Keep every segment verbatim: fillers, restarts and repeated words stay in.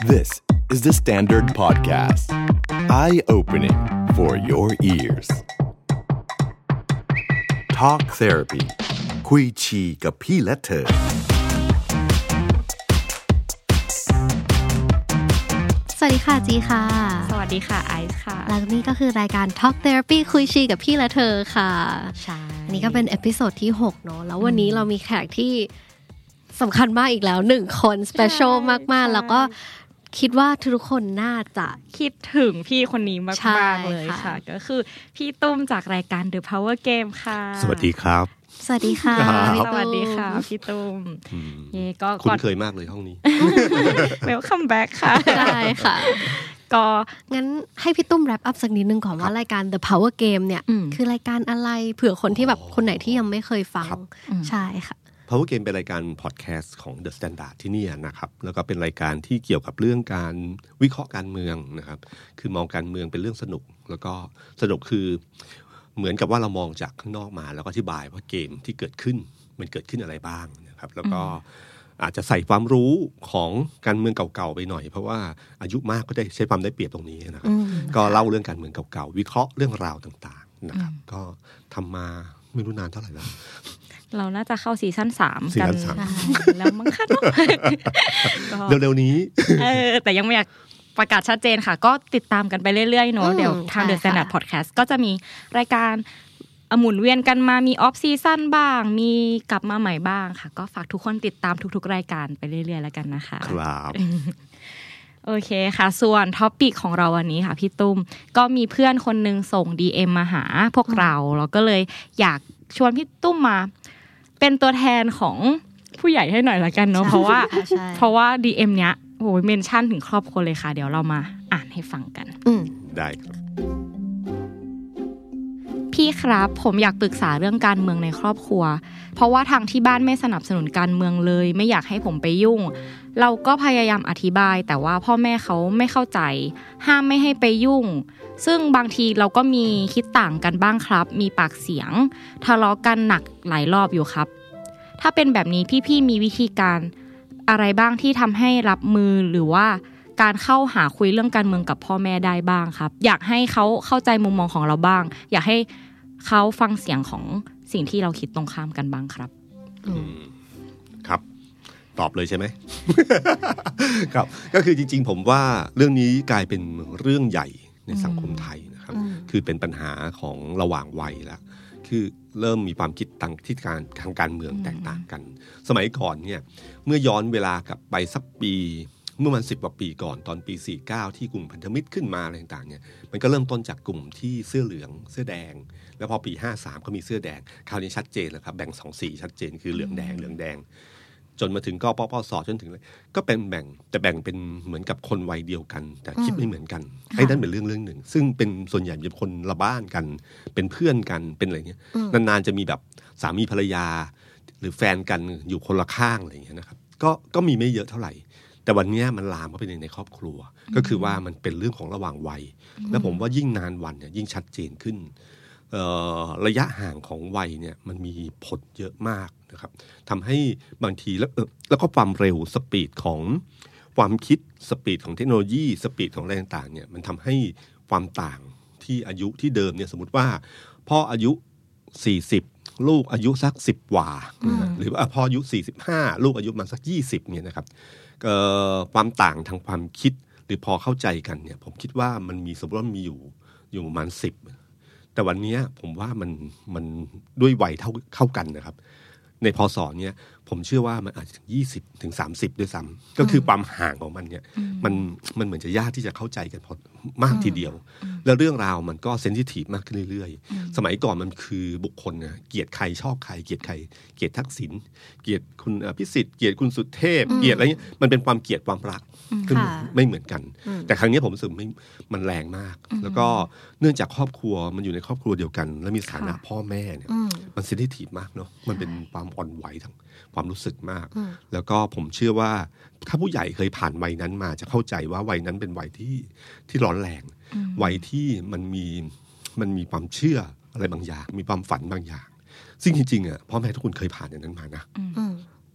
This is the Standard Podcast. Eye-opening for your ears. Talk Therapy. คุยฉี่กับพี่และเธอสวัสดีค่ะจีค่ะสวัสดีค่ะไอซ์ค่ะแล้วนี่ก็คือรายการ Talk Therapy คุยชีกับพี่และเธอค่ะใช่อันนี้ก็เป็นเอพิโซดที่หกเนาะแล้ววันนี้เรามีแขกที่สำคัญมากอีกแล้วหนึ่งคนสเปเชียลมากๆแล้วก็คิดว่าทุกคนน่าจะคิดถึงพี่คนนี้มากๆเลยค่ะก็คือพี่ตุ้มจากรายการ The Power Game ค่ะสวัสดีครับสวัสดีค่ะสวัสดีค่ะพี่ตุ้มเย่ก็คุ้นเคยมากเลยห้องนี้ Welcome back ค่ะได้ค่ะก็งั้นให้พี่ตุ้มแรปอัพสักนิดนึงก่อนว่ารายการ The Power Game เนี่ยคือรายการอะไรเผื่อคนที่แบบคนไหนที่ยังไม่เคยฟังใช่ค่ะ Power Game เป็นรายการพอดแคสต์ของ The Standard ที่นี่นะครับแล้วก็เป็นรายการที่เกี่ยวกับเรื่องการวิเคราะห์การเมืองนะครับคือมองการเมืองเป็นเรื่องสนุกแล้วก็สนุกคือเหมือนกับว่าเรามองจากข้างนอกมาแล้วก็อธิบายว่าเกมที่เกิดขึ้นมันเกิดขึ้นอะไรบ้างนะครับแล้วก็อาจจะใส่ความรู้ของการเมืองเก่าๆไปหน่อยเพราะว่าอายุมากก็ได้ใช้ความได้เปรียบตรงนี้นะครับก็เล่าเรื่องการเมืองเก่าๆวิเคราะห์เรื่องราวต่างๆนะครับก็ทำมาไม่รู้นานเท่าไหร่แล้วเราน่าจะเข้าซีซั่นสามกันแล้วมั้งค่ะเร็วๆนี้เออแต่ยังไม่อยากประกาศชัดเจนค่ะก็ติดตามกันไปเรื่อยๆเนาะเดี๋ยวทาง The Standard Podcast ก็จะมีรายการหมุนเวียนกันมามีออฟซีซั่นบ้างมีกลับมาใหม่บ้างค่ะก็ฝากทุกคนติดตามทุกๆรายการไปเรื่อยๆแล้วกันนะคะครับโอเคค่ะส่วนท็อปิกของเราวันนี้ค่ะพี่ตุ้มก็มีเพื่อนคนนึงส่ง ดี เอ็ม มาหาพวกเราเราก็เลยอยากชวนพี่ตุ้มมาเป็นตัวแทนของผู้ใหญ่ให้หน่อยละกันเนาะเพราะว่าเพราะว่า ดี เอ็ม เนี้ยโอ้ยเมนชั่นถึงครอบครัวเลยค่ะเดี๋ยวเรามาอ่านให้ฟังกันได้ครับพี่ครับผมอยากปรึกษาเรื่องการเมืองในครอบครัวเพราะว่าทางที่บ้านไม่สนับสนุนการเมืองเลยไม่อยากให้ผมไปยุ่งเราก็พยายามอธิบายแต่ว่าพ่อแม่เขาไม่เข้าใจห้ามไม่ให้ไปยุ่งซึ่งบางทีเราก็มีคิดต่างกันบ้างครับมีปากเสียงทะเลาะกันหนักหลายรอบอยู่ครับถ้าเป็นแบบนี้พี่ๆมีวิธีการอะไรบ้างที่ทำให้รับมือหรือว่าการเข้าหาคุยเรื่องการเมืองกับพ่อแม่ได้บ้างครับอยากให้เขาเข้าใจมุมมองของเราบ้างอยากให้เขาฟังเสียงของสิ่งที่เราคิดตรงข้ามกันบ้างครับครับตอบเลยใช่ไหม ครับก็คือจริงๆผมว่าเรื่องนี้กลายเป็นเรื่องใหญ่ในสังคมไทยนะครับคือเป็นปัญหาของระหว่างวัยแล้วคือเริ่มมีความคิดทางทิศการทางการเมืองแตกต่างกันสมัยก่อนเนี่ยเมื่อย้อนเวลากลับไปสักปีเมื่อมันสิบกว่าปีก่อนตอนปีสี่สิบเก้าที่กลุ่มพันธมิตรขึ้นมาอะไรต่างๆเนี่ยมันก็เริ่มต้นจากกลุ่มที่เสื้อเหลืองเสื้อแดงแล้วพอปีห้าสิบสามก็มีเสื้อแดงคราวนี้ชัดเจนแล้วครับแบ่งสองสีชัดเจนคือเหลืองแดงเหลืองแดงจนมาถึงกปปสจนถึงก็เป็นแบ่งแต่แบ่งเป็นเหมือนกับคนวัยเดียวกันแต่คิดไม่เหมือนกันไอ้นั่นเป็นเรื่องเรื่องหนึ่งซึ่งเป็นส่วนใหญ่เป็นคนละบ้านกันเป็นเพื่อนกันเป็นอะไรเงี้ยนานๆจะมีแบบสามีภรรยาหรือแฟนกันอยู่คนละข้างอะไรเงี้ยนะครับก็ก็มีไม่เยอะเท่าไหร่แต่วันนี้มันลามเข้าไปในในครอบครัวก็คือว่ามันเป็นเรื่องของระหว่างวัยแล้วผมว่ายิ่งนานวันเนี่ยยิ่งชัดเจนขึ้นระยะห่างของวัยเนี่ยมันมีผลเยอะมากนะครับทำให้บางทีแล้วแล้วก็ความเร็วสปีดของความคิดสปีดของเทคโนโลยีสปีดของอะไรต่างๆเนี่ยมันทำให้ความต่างที่อายุที่เดิมเนี่ยสมมติว่าพ่ออายุสี่สิบลูกอายุสักสิบกว่าหรือว่าพ่ออายุสี่สิบห้าลูกอายุมาสักยี่สิบเนี่ยนะครับความต่างทางความคิดหรือพอเข้าใจกันเนี่ยผมคิดว่ามันมีสมมติว่ามีอยู่อยู่ประมาณสิบแต่วันนี้ผมว่ามันมันด้วยวัยเท่าเข้ากันนะครับในพศเนี้ยผมเชื่อว่ามันอาจจะถึงยี่สิบถึงสามสิบด้วยซ้ำก็คือความห่างของมันเนี่ยมันมันเหมือนจะยากที่จะเข้าใจกันพอมากทีเดียวแล้วเรื่องราวมันก็เซนซิทีฟมากขึ้นเรื่อยๆสมัยก่อนมันคือบุคคลนะเกลียดใครชอบใครเกลียดใครเกลียดทักษิณเกลียดคุณพิสิทธิ์เกลียดคุณสุเทพเกลียดอะไรเงี้ยมันเป็นความเกลียดความรักไม่เหมือนกันแต่ครั้งนี้ผมรู้สึกไม่มันแรงมากแล้วก็เนื่องจากครอบครัวมันอยู่ในครอบครัวเดียวกันแล้วมีฐานะพ่อแม่เนี่ยมันเซนซิทีฟมากเนาะมันเป็นความอ่อนไหวทั้งความรู้สึกมากแล้วก็ผมเชื่อว่าถ้าผู้ใหญ่เคยผ่านวัยนั้นมาจะเข้าใจว่าวัยนั้นเป็นวัยที่ที่ร้อนแรงวัยที่มันมีมันมีความเชื่ออะไรบางอย่างมีความฝันบางอย่างซึ่งจริงๆอ่ะพ่อแม่ทุกคนเคยผ่านอย่างนั้นมานะ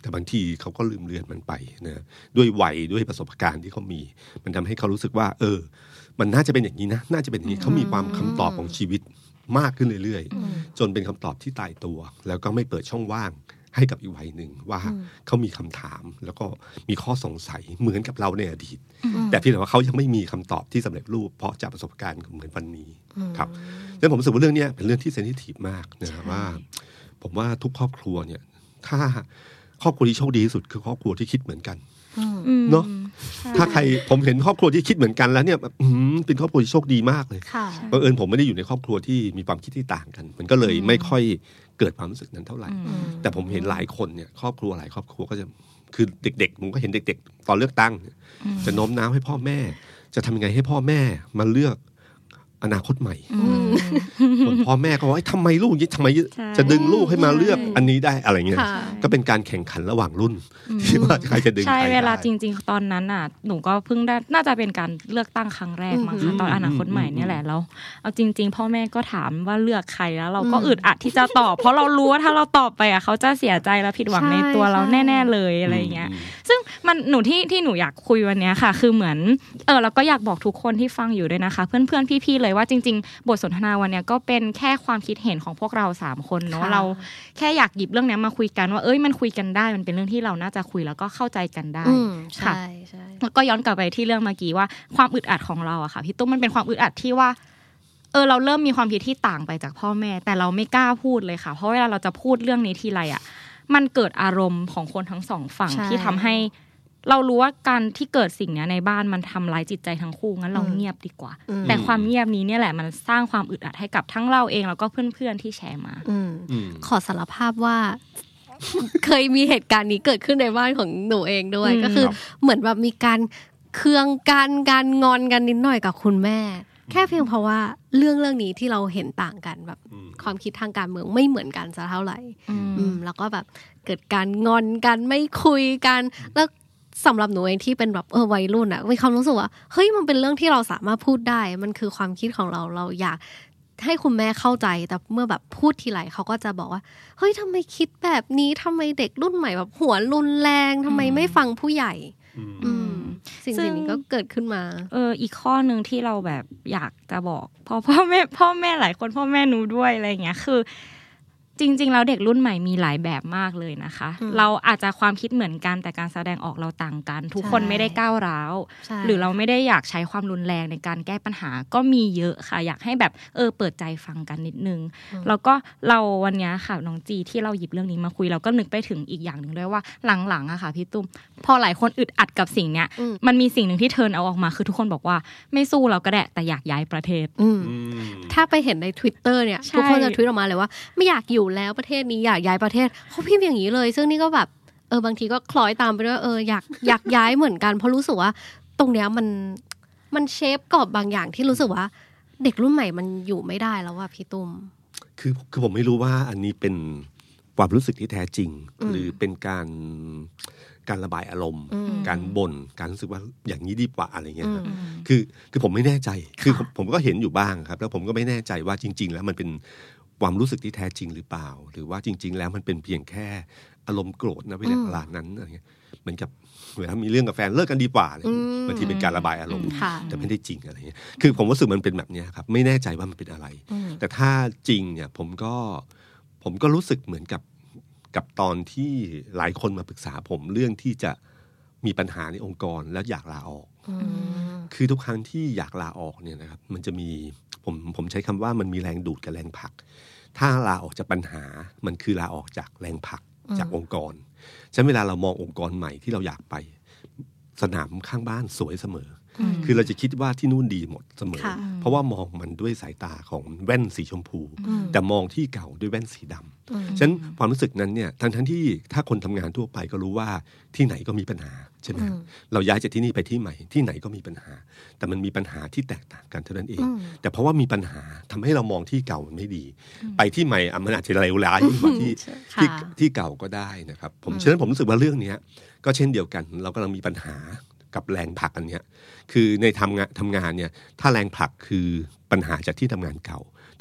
แต่บางทีเขาก็ลืมเลือนมันไปนะด้วยวัยด้วยประสบการณ์ที่เขามีมันทำให้เขารู้สึกว่าเออมันน่าจะเป็นอย่างนี้นะน่าจะเป็นอย่างนี้เขามีความคำตอบของชีวิตมากขึ้นเรื่อยๆจนเป็นคำตอบที่ตายตัวแล้วก็ไม่เปิดช่องว่างให้กับอีกวัยหนึ่งว่าเขามีคำถามแล้วก็มีข้อสงสัยเหมือนกับเราในอดีตแต่เพียงแต่ว่าเขายังไม่มีคำตอบที่สำเร็จรูปเพราะจากประสบการณ์เหมือนวันนี้ครับดังนั้นผมรู้สึกว่าเรื่องนี้เป็นเรื่องที่เซนซิทีฟมากนะว่าผมว่าทุกครอบครัวเนี่ยถ้าครอบครัวที่โชคดีที่สุดคือครอบครัวที่คิดเหมือนกันเนาะถ้าใครผมเห็นครอบครัวที่คิดเหมือนกันแล้วเนี่ยเป็นครอบครัวที่โชคดีมากเลยบังเอิญผมไม่ได้อยู่ในครอบครัวที่มีความคิดที่ต่างกันมันก็เลยไม่ค่อยเกิดความรู้สึกนั้นเท่าไหร่แต่ผมเห็นหลายคนเนี่ยครอบครัวหลายครอบครัวก็จะคือเด็กๆผมก็เห็นเด็กๆตอนเลือกตั้งจะโน้มน้าวให้พ่อแม่จะทำยังไงให้พ่อแม่มาเลือกอนาคตใหม่พ่อแม่ก็ว่าทำไมลูกยิ่งทำไมจะดึงลูกให้มาเลือกอันนี้ได้อะไรเงี้ยก็เป็นการแข่งขันระหว่างรุ่นที่ว่าใครจะดึงใครได้ใช่เวลาจริงๆตอนนั้นน่ะหนูก็เพิ่งได้น่าจะเป็นการเลือกตั้งครั้งแรกมั้งคะตอนอนาคตใหม่เนี่ยแหละแล้วเอาจริงๆพ่อแม่ก็ถามว่าเลือกใครแล้วเราก็อึดอัดที่จะตอบเพราะเรารู้ว่าถ้าเราตอบไปอ่ะเขาจะเสียใจและผิดหวังในตัวเราแน่ๆเลยอะไรเงี้ยซึ่งมันหนูที่ที่หนูอยากคุยวันนี้ค่ะคือเหมือนเออแล้วก็อยากบอกทุกคนที่ฟังอยู่ด้วยนะคะเพื่อนๆพี่ๆเลยว่าจริงๆบทสนทนาวันนี้ก็เป็นแค่ความคิดเห็นของพวกเราสามคนเนาะเราแค่อยากหยิบเรื่องนี้มาคุยกันว่าเอ้ยมันคุยกันได้มันเป็นเรื่องที่เราน่าจะคุยแล้วก็เข้าใจกันได้ค่ะแล้วก็ย้อนกลับไปที่เรื่องเมื่อกี้ว่าความอึดอัดของเราอะค่ะพี่ตุ้มมันเป็นความอึดอัดที่ว่าเออเราเริ่มมีความคิดที่ต่างไปจากพ่อแม่แต่เราไม่กล้าพูดเลยค่ะเพราะเวลาเราจะพูดเรื่องนี้ทีไรอะมันเกิดอารมณ์ของคนทั้งสองฝั่งที่ทำให้เรารู้ว่าการที่เกิดสิ่งนี้ในบ้านมันทำร้ายจิตใจทั้งคู่งั้นเราเงียบดีกว่าแต่ความเงียบนี้เนี่ยแหละมันสร้างความอึดอัดให้กับทั้งเราเองแล้วก็เพื่อนๆที่แชร์มาขอสารภาพว่า เคยมีเหตุการณ์นี้เกิดขึ้นในบ้านของหนูเองด้วยก็คือเหมือนแบบมีการเคืองกันการงอนกันนิดหน่อยกับคุณแม่แค่เพียงเพราะว่าเรื่องเรื่องนี้ที่เราเห็นต่างกันแบบความคิดทางการเมืองไม่เหมือนกันจะเท่าไหร่แล้วก็แบบเกิดการงอนกันไม่คุยกันแล้วสำหรับหนูเองที่เป็นแบบเออวัยรุ่นอะมีความรู้สึกว่าเฮ้ยมันเป็นเรื่องที่เราสามารถพูดได้มันคือความคิดของเราเราอยากให้คุณแม่เข้าใจแต่เมื่อแบบพูดทีไรเขาก็จะบอกว่าเฮ้ยทำไมคิดแบบนี้ทำไมเด็กรุ่นใหม่แบบหัวรุนแรงทำไมไม่ฟังผู้ใหญ่สิ่งนี้ก็เกิดขึ้นมาเอออีกข้อนึงที่เราแบบอยากจะบอกพ่อพ่อแม่พ่อแม่หลายคนพ่อแม่หนูด้วยอะไรอย่างเงี้ยคือจริงๆแล้วเด็กรุ่นใหม่มีหลายแบบมากเลยนะคะเราอาจจะความคิดเหมือนกันแต่การแสดงออกเราต่างกันทุกคนไม่ได้ก้าวร้าวหรือเราไม่ได้อยากใช้ความรุนแรงในการแก้ปัญหาก็มีเยอะค่ะอยากให้แบบเออเปิดใจฟังกันนิดนึงแล้วก็เราวันนี้ค่ะน้องจีที่เราหยิบเรื่องนี้มาคุยเราก็นึกไปถึงอีกอย่างนึงด้วยว่าหลังๆอะค่ะพี่ตุ้มพอหลายคนอึดอัดกับสิ่งเนี้ยมันมีสิ่งนึงที่เทิร์นเอาออกมาคือทุกคนบอกว่าไม่สู้เราก็ได้แต่อยากย้ายประเทศถ้าไปเห็นใน Twitter เนี่ยทุกคนจะทวีตออกมาเลยว่าไม่อยากอยู่แล้วประเทศนี้อยากย้ายประเทศเขาพิมพ์อย่างนี้เลยซึ่งนี่ก็แบบเออบางทีก็คล้อยตามไปด้วยเอออยากอยากย้ายเหมือนกันเพราะรู้สึกว่าตรงเนี้ยมันมันเชฟกรอบบางอย่างที่รู้สึกว่าเด็กรุ่นใหม่มันอยู่ไม่ได้แล้วว่าพี่ตุ้มคือคือผมไม่รู้ว่าอันนี้เป็นความรู้สึกที่แท้จริงหรือเป็นการการระบายอารมณ์การบ่นการรู้สึกว่าอย่างนี้ดีกว่าอะไรเงี้ยคือคือผมไม่แน่ใจคือผมก็เห็นอยู่บ้างครับแล้วผมก็ไม่แน่ใจว่าจริงๆแล้วมันเป็นความรู้สึกที่แท้จริงหรือเปล่าหรือว่าจริงๆแล้วมันเป็นเพียงแค่อารมณ์โกรธนะเวลาเวลานั้นอะไรเงี้ยเหมือนกับเวลามีเรื่องกับแฟนเลิกกันดีกว่าอะไรบางทีเป็นการระบายอารมณ์แต่ไม่ได้จริงอะไรเงี้ยคือผมรู้สึกมันเป็นแบบนี้ครับไม่แน่ใจว่ามันเป็นอะไรแต่ถ้าจริงเนี่ยผมก็ผมก็รู้สึกเหมือนกับกับตอนที่หลายคนมาปรึกษาผมเรื่องที่จะมีปัญหาในองค์กรแล้วอยากลาออกคือทุกครั้งที่อยากลาออกเนี่ยนะครับมันจะมีผมผมใช้คำว่ามันมีแรงดูดกับแรงผลักถ้าลาออกจากปัญหามันคือลาออกจากแรงผลักจากองค์กรฉะนั้นเวลาเรามององค์กรใหม่ที่เราอยากไปสนามข้างบ้านสวยเสมอคือเราจะคิดว่าที่นู่นดีหมดเสมอเพราะว่ามองมันด้วยสายตาของแว่นสีชมพูแต่มองที่เก่าด้วยแว่นสีดำฉะนั้นความรู้สึกนั้นเนี่ยทั้งทั้งที่ถ้าคนทำงานทั่วไปก็รู้ว่าที่ไหนก็มีปัญหาใช่ไหมเราย้ายจากที่นี่ไปที่ใหม่ที่ไหนก็มีปัญหาแต่มันมีปัญหาที่แตกต่างกันเท่านั้นเองแต่เพราะว่ามีปัญหาทำให้เรามองที่เก่ามันไม่ดีไปที่ใหม่มันอาจจะเลวร้ายกว่าที่ที่ที่เก่าก็ได้นะครับผมฉะนั้นผมรู้สึกว่าเรื่องนี้ก็เช่นเดียวกันเรากำลังมีปัญหากับแรงผลักอันเนี้ยคือในทำงานทำงานเนี่ยถ้าแรงผลักคือปัญหาจากที่ทำงานเก่า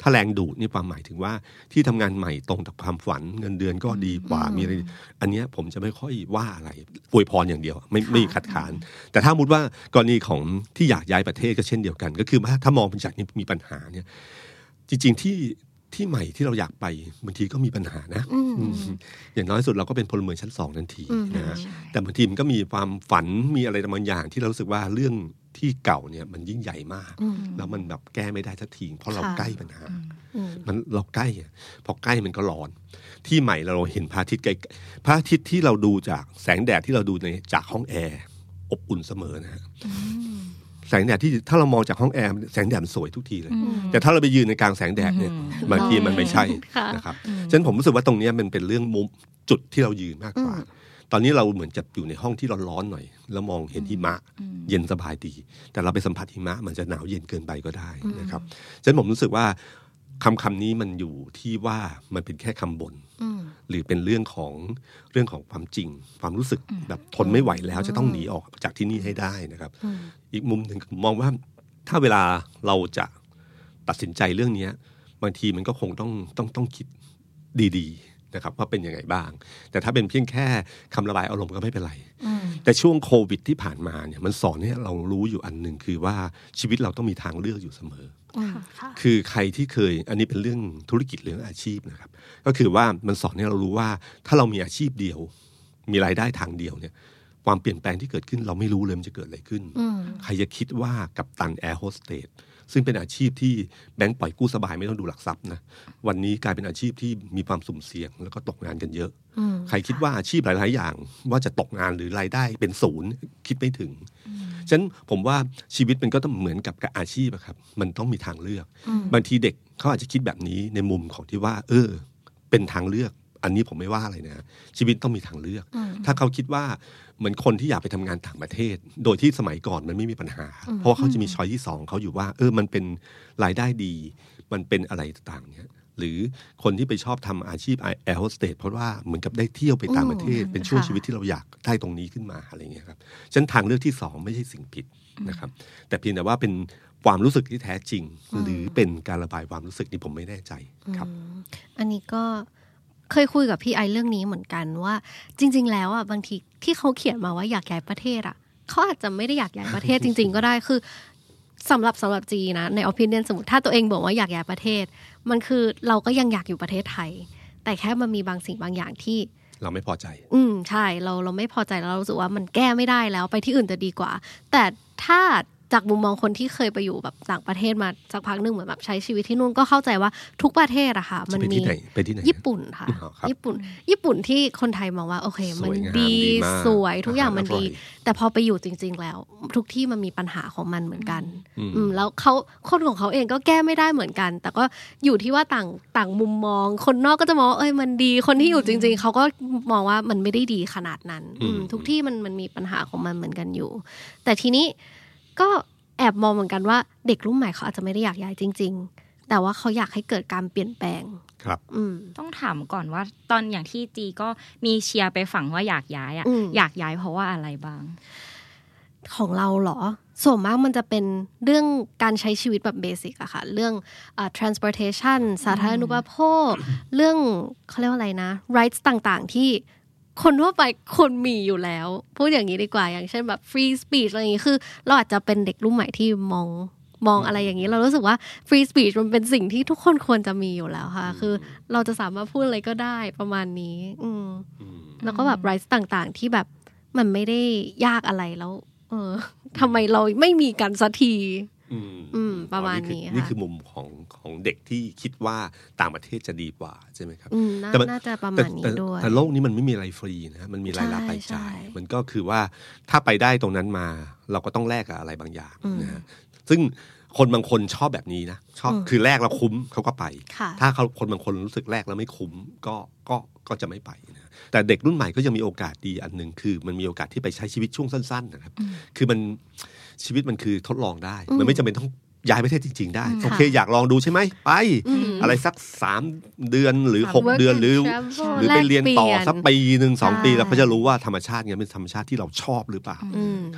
ถ้าแรงดูดนี่ความหมายถึงว่าที่ทำงานใหม่ตรงกับความฝันเงินเดือนก็ดีกว่ามีอะไรอันนี้ผมจะไม่ค่อยว่าอะไรอวยพรอย่างเดียวไม่ไม่ขัดขานแต่ถ้ามุดว่ากรณีของที่อยากย้ายประเทศก็เช่นเดียวกันก็คือถ้ามองเป็นจากนี้มีปัญหาเนี่ยจริงๆที่ที่ใหม่ที่เราอยากไปบางทีก็มีปัญหานะอย่างน้อยสุดเราก็เป็นพลเมืองชั้นสองทันทีนะฮะแต่บางทีมันก็มีความฝันมีอะไรบางอย่างที่เรารู้สึกว่าเรื่องที่เก่าเนี่ยมันยิ่งใหญ่มากแล้วมันแบบแก้ไม่ได้สักทีเพราะเราใกล้ปัญหามันเราใกล้พอใกล้มันก็ร้อนที่ใหม่เราเห็นพระอาทิตย์ไกลพระอาทิตย์ที่เราดูจากแสงแดดที่เราดูในจากห้องแอร์อบอุ่นเสมอนะฮะแสงแดดที่ถ้าเรามองจากห้องแอร์แสงแดดมันสวยทุกทีเลยแต่ถ้าเราไปยืนในกลางแสงแดดเนี่ยบางทีมันไม่ใช่นะครับฉะนั้นผมรู้สึกว่าตรงนี้มันเป็นเรื่องมุมจุดที่เรายืนมากกว่าตอนนี้เราเหมือนจะอยู่ในห้องที่ร้อนๆหน่อยแล้วมองเห็นหิมะเย็นสบายดีแต่เราไปสัมผัสหิมะมันจะหนาวเย็นเกินไปก็ได้นะครับฉะนั้นผมรู้สึกว่าคำคำนี้มันอยู่ที่ว่ามันเป็นแค่คำบ่นหรือเป็นเรื่องของเรื่องของความจริงความรู้สึกแบบทนไม่ไหวแล้วจะต้องหนีออกจากที่นี่ให้ได้นะครับอีกมุมหนึ่งผมมองว่าถ้าเวลาเราจะตัดสินใจเรื่องนี้บางทีมันก็คงต้องต้องต้องคิดดีๆนะครับว่าเป็นยังไงบ้างแต่ถ้าเป็นเพียงแค่คำระบายอารมณ์ก็ไม่เป็นไรแต่ช่วงโควิดที่ผ่านมาเนี่ยมันสอนให้เรารู้อยู่อันหนึ่งคือว่าชีวิตเราต้องมีทางเลือกอยู่เสมอคือใครที่เคยอันนี้เป็นเรื่องธุรกิจเรื่องอาชีพนะครับก็คือว่ามันสอนให้เรารู้ว่าถ้าเรามีอาชีพเดียวมีรายได้ทางเดียวเนี่ยความเปลี่ยนแปลงที่เกิดขึ้นเราไม่รู้เลยมันจะเกิดอะไรขึ้นใครจะคิดว่ากัปตันแอร์โฮสเตสซึ่งเป็นอาชีพที่แบงก์ปล่อยกู้สบายไม่ต้องดูหลักทรัพย์นะวันนี้กลายเป็นอาชีพที่มีความสุ่มเสี่ยงแล้วก็ตกงานกันเยอะใครคิดว่าอาชีพหลายๆอย่างว่าจะตกงานหรือรายได้เป็นศูนย์คิดไม่ถึงฉะนั้นผมว่าชีวิตมันก็ต้องเหมือนกับอาชีพครับมันต้องมีทางเลือกบางทีเด็กเขาอาจจะคิดแบบนี้ในมุมของที่ว่าเออเป็นทางเลือกอันนี้ผมไม่ว่าอะไรนะชีวิตต้องมีทางเลือกถ้าเขาคิดว่าเหมือนคนที่อยากไปทำงานต่างประเทศโดยที่สมัยก่อนมันไม่มีปัญหาเพราะว่าเขาจะมีช้อยที่สองเขาอยู่ว่าเออมันเป็นรายได้ดีมันเป็นอะไรต่างๆเนี่ยหรือคนที่ไปชอบทำอาชีพแอร์โฮสเตสเพราะว่าเหมือนกับได้เที่ยวไปต่างประเทศเป็นช่วงชีวิตที่เราอยากได้ตรงนี้ขึ้นมาอะไรเงี้ยครับฉะนั้นทางเลือกที่สองไม่ใช่สิ่งผิดนะครับแต่เพียงแต่ว่าเป็นความรู้สึกที่แท้จริงหรือเป็นการระบายความรู้สึกนี่ผมไม่แน่ใจครับอันนี้ก็เคยคุยกับพี่ไอเรื่องนี้เหมือนกันว่าจริงๆแล้วอ่ะบางทีที่เขาเขียนมาว่าอยากย้ายประเทศอ่ะเขาอาจจะไม่ได้อยากย้ายประเทศจริงๆก็ได้คือสำหรับสำหรับจีนะใน opinion สมมติถ้าตัวเองบอกว่าอยากย้ายประเทศมันคือเราก็ยังอยากอยู่ประเทศไทยแต่แค่มันมีบางสิ่งบางอย่างที่เราไม่พอใจอืมใช่เราเราไม่พอใจแล้วเรารู้สึกว่ามันแก้ไม่ได้แล้วไปที่อื่นจะดีกว่าแต่ถ้าจากมุมมองคนที่เคยไปอยู่แบบต่างประเทศมาสักพักนึงเหมือนแบบใช้ชีวิตที่นู่นก็เข้าใจว่าทุกประเทศอะค่ะมันมีญี่ปุ่นค่ะญี่ปุ่นญี่ปุ่นที่คนไทยมองว่าโอเคมันดีสวยทุกอย่างมันดีแต่พอไปอยู่จริงๆแล้วทุกที่มันมีปัญหาของมันเหมือนกันอืมแล้วเขาคนของเขาเองก็แก้ไม่ได้เหมือนกันแต่ก็อยู่ที่ว่าต่างต่างมุมมองคนนอกก็จะมองเอ้ยมันดีคนที่อยู่จริงๆเขาก็มองว่ามันไม่ได้ดีขนาดนั้นทุกที่มันมันมีปัญหาของมันเหมือนกันอยู่แต่ทีนี้ก็แอบมองเหมือนกันว่าเด็กรุ่นใหม่เขาอาจจะไม่ได้อยากย้ายจริงๆแต่ว่าเขาอยากให้เกิดการเปลี่ยนแปลงครับต้องถามก่อนว่าตอนอย่างที่จีก็มีเชียร์ไปฝั่งว่าอยากย้ายอ่ะอยากย้ายเพราะว่าอะไรบ้างของเราเหรอส่วนมากมันจะเป็นเรื่องการใช้ชีวิตแบบเบสิกอะค่ะเรื่องอ่า transportation สาธารณูปโภคเรื่องเขาเรียกว่าอะไรนะ rights ต่างๆที่คนทั่วไปคนมีอยู่แล้วพูดอย่างนี้ดีกว่าอย่างเช่นแบบ free speech อะไรอย่างนี้คือเราอาจจะเป็นเด็กรุ่นใหม่ที่มองมองอะไรอย่างนี้เรารู้สึกว่า free speech มันเป็นสิ่งที่ทุกคนควรจะมีอยู่แล้วค่ะคือเราจะสามารถพูดอะไรก็ได้ประมาณนี้อืมแล้วก็แบบ rights ต่างๆที่แบบมันไม่ได้ยากอะไรแล้วเออทำไมเราไม่มีกันสักทีอืมประมาณนี้ค่ะนี่คือมุมของของเด็กที่คิดว่าต่างประเทศจะดีกว่าใช่ไหมครับแต่น่าจะประมาณนี้ด้วยแต่โลกนี้มันไม่มีอะไรฟรีนะมันมีรายรับรายจ่ายมันก็คือว่าถ้าไปได้ตรงนั้นมาเราก็ต้องแลกกับอะไรบางอย่างนะฮะซึ่งคนบางคนชอบแบบนี้นะชอบคือแลกแล้วคุ้มเขาก็ไปถ้าเขาคนบางคนรู้สึกแลกแล้วไม่คุ้มก็ก็ก็จะไม่ไปนะแต่เด็กรุ่นใหม่ก็ยังมีโอกาสดีอันนึงคือมันมีโอกาสที่ไปใช้ชีวิตช่วงสั้นๆนะครับคือมันชีวิตมันคือทดลองได้มันไม่จำเป็นต้องย้ายประเทศจริงๆได้โอเคอยากลองดูใช่ไหมไปอะไรสักสามเดือนหรือหกเดือนหรือหรือไปเรียนต่อสักปีนึงสองปีแล้วเขาจะรู้ว่าธรรมชาติเนี่ยเป็นธรรมชาติที่เราชอบหรือเปล่าครับ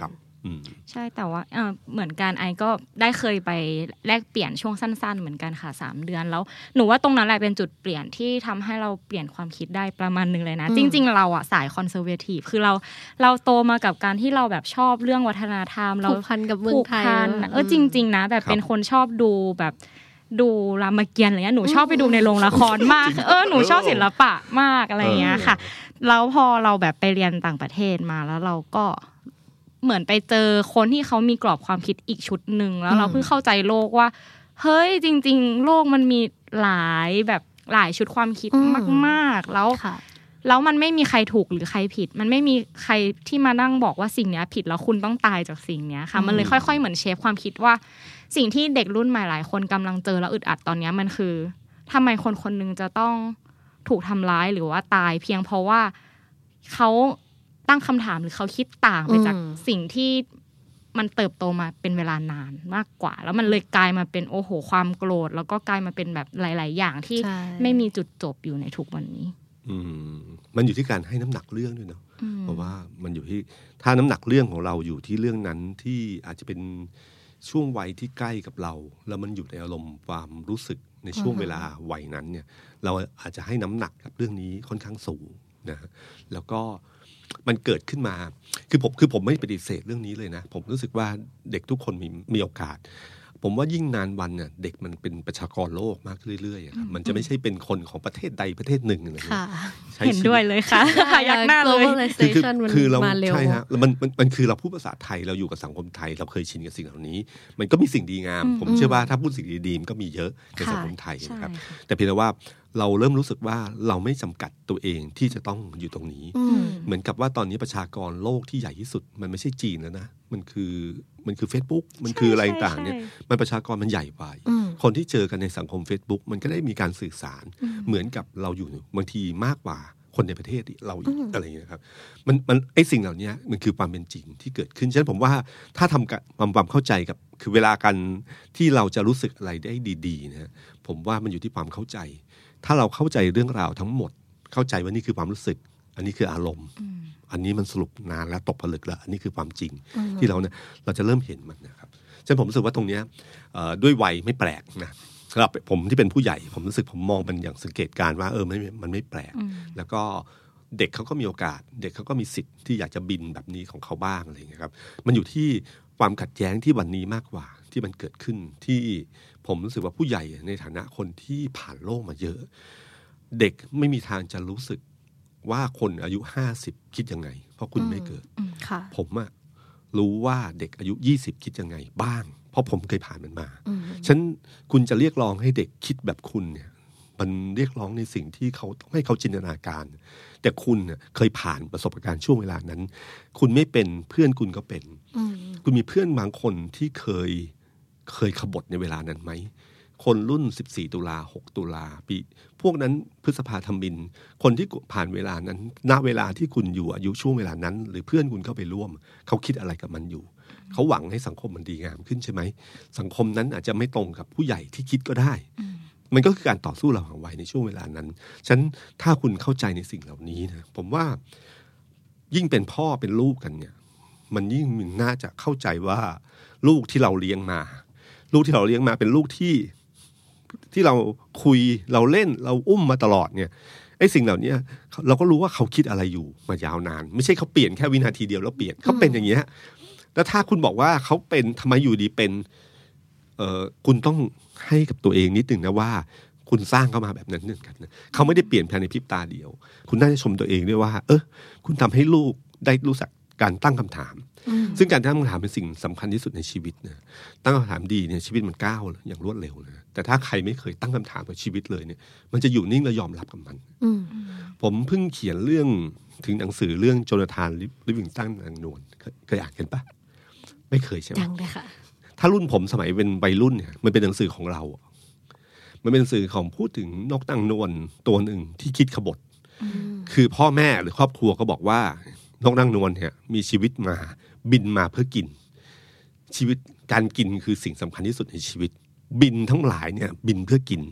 ใช่แต่ว่าเออเหมือนกันไอก็ได้เคยไปแลกเปลี่ยนช่วงสั้นๆเหมือนกันค่ะสามเดือนแล้วหนูว่าตรงนั้นแหละเป็นจุดเปลี่ยนที่ทำให้เราเปลี่ยนความคิดได้ประมาณนึงเลยนะจริงๆเราอ่ะสายคอนเซอร์เวทีฟคือเราเราโตมากับการที่เราแบบชอบเรื่องวัฒนธรรมเราผูกพันกับเมืองไทยเออจริงๆนะแบบเป็นคนชอบดูแบบดูรามเกียรติ์อะไรเงี้ยหนูชอบไปดูในโรงละครมากเออหนูชอบศิลปะมากอะไรเงี้ยค่ะแล้วพอเราแบบไปเรียนต่างประเทศมาแล้วเราก็เหมือนไปเจอคนที่เขามีกรอบความคิดอีกชุดนึงแล้วเราเพิ่งเข้าใจโลกว่าเฮ้ยจริงๆโลกมันมีหลายแบบหลายชุดความคิดมากๆแล้วแล้วมันไม่มีใครถูกหรือใครผิดมันไม่มีใครที่มานั่งบอกว่าสิ่งนี้ผิดแล้วคุณต้องตายจากสิ่งนี้ค่ะมันเลยค่อยๆเหมือนเชฟความคิดว่าสิ่งที่เด็กรุ่นใหม่หลายคนกำลังเจอแล้วอึดอัดตอนนี้มันคือทำไมคนคนนึงจะต้องถูกทำร้ายหรือว่าตายเพียงเพราะว่าเขาตั้งคำถามหรือเขาคิดต่างไปจากสิ่งที่มันเติบโตมาเป็นเวลานานมากกว่าแล้วมันเลยกลายมาเป็นโอ้โหความโกรธแล้วก็กลายมาเป็นแบบหลายๆอย่างที่ไม่มีจุดจบอยู่ในทุกวันนี้อืมมันอยู่ที่การให้น้ำหนักเรื่องด้วยเนาะเพราะว่ามันอยู่ที่ถ้าน้ำหนักเรื่องของเราอยู่ที่เรื่องนั้นที่อาจจะเป็นช่วงวัยที่ใกล้กับเราแล้วมันอยู่ในอารมณ์ความรู้สึกในช่วงเวลาวัยนั้นเนี่ยเราอาจจะให้น้ำหนักกับเรื่องนี้ค่อนข้างสูงนะแล้วก็มันเกิดขึ้นมาคือผมคือผมไม่ปฏิเสธเรื่องนี้เลยนะผมรู้สึกว่าเด็กทุกคนมีมีโอกาสผมว่ายิ่งนานวันเนี่ยเด็กมันเป็นประชากรโลกมากขึ้นเรื่อยๆครับมันจะไม่ใช่เป็นคนของประเทศใดประเทศหนึ่งอะไรเงี้ยเห็นด้วยเลยค่ะอยากหน้าเลยคือคือเราใช่ฮะมันมันมันคือเราพูดภาษาไทยเราอยู่กับสังคมไทยเราเคยชินกับสิ่งเหล่านี้มันก็มีสิ่งดีงามผมเชื่อว่าถ้าพูดสิ่งดีๆมันก็มีเยอะในสังคมไทยนะครับแต่เพียงแต่ว่าเราเริ่มรู้สึกว่าเราไม่จำกัดตัวเองที่จะต้องอยู่ตรงนี้เหมือนกับว่าตอนนี้ประชากรโลกที่ใหญ่ที่สุดมันไม่ใช่จีนแล้วนะมันคือมันคือ Facebook มันคืออะไรต่างเนี่ยมันประชากรมันใหญ่ไปคนที่เจอกันในสังคม Facebook มันก็ได้มีการสื่อสารเหมือนกับเราอยู่บางทีมากกว่าคนในประเทศเราอีกอะไรอย่างเงี้ยครับมันมันไอ้สิ่งเหล่านี้มันคือความเป็นจริงที่เกิดขึ้นฉะนั้นผมว่าถ้าทำความความเข้าใจกับคือเวลากันที่เราจะรู้สึกอะไรได้ดีๆนะผมว่ามันอยู่ที่ความเข้าใจถ้าเราเข้าใจเรื่องราวทั้งหมดเข้าใจว่านี่คือความรู้สึกอันนี้คืออารมณ์อันนี้มันสรุปนานแล้วตกผลึกแล้วอันนี้คือความจริงที่เราเนี่ยเราจะเริ่มเห็นมันนะครับฉะนั้นผมรู้สึกว่าตรงนี้ด้วยวัยไม่แปลกนะสำหรับผมที่เป็นผู้ใหญ่ผมรู้สึกผมมองเป็นอย่างสังเกตการว่าเออมันมันไม่แปลกแล้วก็เด็กเขาก็มีโอกาสเด็กเขาก็มีสิทธิ์ที่อยากจะบินแบบนี้ของเขาบ้างอะไรอย่างเงี้ยครับมันอยู่ที่ความขัดแย้งที่วันนี้มากกว่าที่มันเกิดขึ้นที่ผมรู้สึกว่าผู้ใหญ่ในฐานะคนที่ผ่านโลกมาเยอะเด็กไม่มีทางจะรู้สึกว่าคนอายุห้าสิบคิดยังไงเพราะคุณไม่เกิดผมอะรู้ว่าเด็กอายุยี่สิบคิดยังไงบ้างเพราะผมเคยผ่านมันมาฉะนั้นคุณจะเรียกร้องให้เด็กคิดแบบคุณเนี่ยมันเรียกร้องในสิ่งที่เขาต้องให้เขาจินตนาการแต่คุณเนี่ยเคยผ่านประสบการณ์ช่วงเวลานั้นคุณไม่เป็นเพื่อนคุณก็เป็นคุณมีเพื่อนบางคนที่เคยเคยขบฏในเวลานั้นไหมคนรุ่นสิบสี่ตุลาหกตุลาปีพวกนั้นพฤษภาธมิฬคนที่ผ่านเวลานั้นณเวลาที่คุณอยู่อายุช่วงเวลานั้นหรือเพื่อนคุณเข้าไปร่วมเขาคิดอะไรกับมันอยู่เขาหวังให้สังคมมันดีงามขึ้นใช่ไหมสังคมนั้นอาจจะไม่ตรงกับผู้ใหญ่ที่คิดก็ได้มันก็คือการต่อสู้ระหว่างวัยในช่วงเวลานั้นฉะนั้นถ้าคุณเข้าใจในสิ่งเหล่านี้นะผมว่ายิ่งเป็นพ่อเป็นลูกกันเนี่ยมันยิ่งน่าจะเข้าใจว่าลูกที่เราเลี้ยงมาลูกที่เราเลี้ยงมาเป็นลูกที่ที่เราคุยเราเล่นเราอุ้มมาตลอดเนี่ยไอ้สิ่งเหล่านี้เราก็รู้ว่าเขาคิดอะไรอยู่มายาวนานไม่ใช่เขาเปลี่ยนแค่วินาทีเดียวแล้วเปลี่ยนเขาเป็นอย่างเงี้ยแล้วถ้าคุณบอกว่าเขาเป็นทำไมอยู่ดีเป็นเอ่อคุณต้องให้กับตัวเองนิดนึงนะว่าคุณสร้างเขามาแบบนั้นเหมือนกันนะเขาไม่ได้เปลี่ยนภายในพริบตาเดียวคุณน่าจะชมตัวเองด้วยว่าเออคุณทำให้ลูกได้รู้จักการตั้งคำถามซึ่งการตั้งคำถามเป็นสิ่งสำคัญที่สุดในชีวิตนะตั้งคำถามดีเนี่ยชีวิตมันก้าวอย่างรวดเร็วนะแต่ถ้าใครไม่เคยตั้งคำถามกับชีวิตเลยเนี่ยมันจะอยู่นิ่งและยอมรับกับมันผมเพิ่งเขียนเรื่องถึงหนังสือเรื่องโจนาธานลิฟวิงตันนางนวลเคยอ่านกันปะไม่เคยใช่ไหมยังเลยค่ะถ้ารุ่นผมสมัยเป็นวัยรุ่นเนี่ยมันเป็นหนังสือของเรามันเป็นหนังสือของพูดถึงนกนางนวลตัวหนึ่งที่คิดขบฏคือพ่อแม่หรือครอบครัวก็บอกว่านกนางนวลเนี่ยมีชีวิตมาบินมาเพื่อกินชีวิตการกินคือสิ่งสำคัญที่สุดในชีวิตบินทั้งหลายเนี่ยบินเพื่อกิน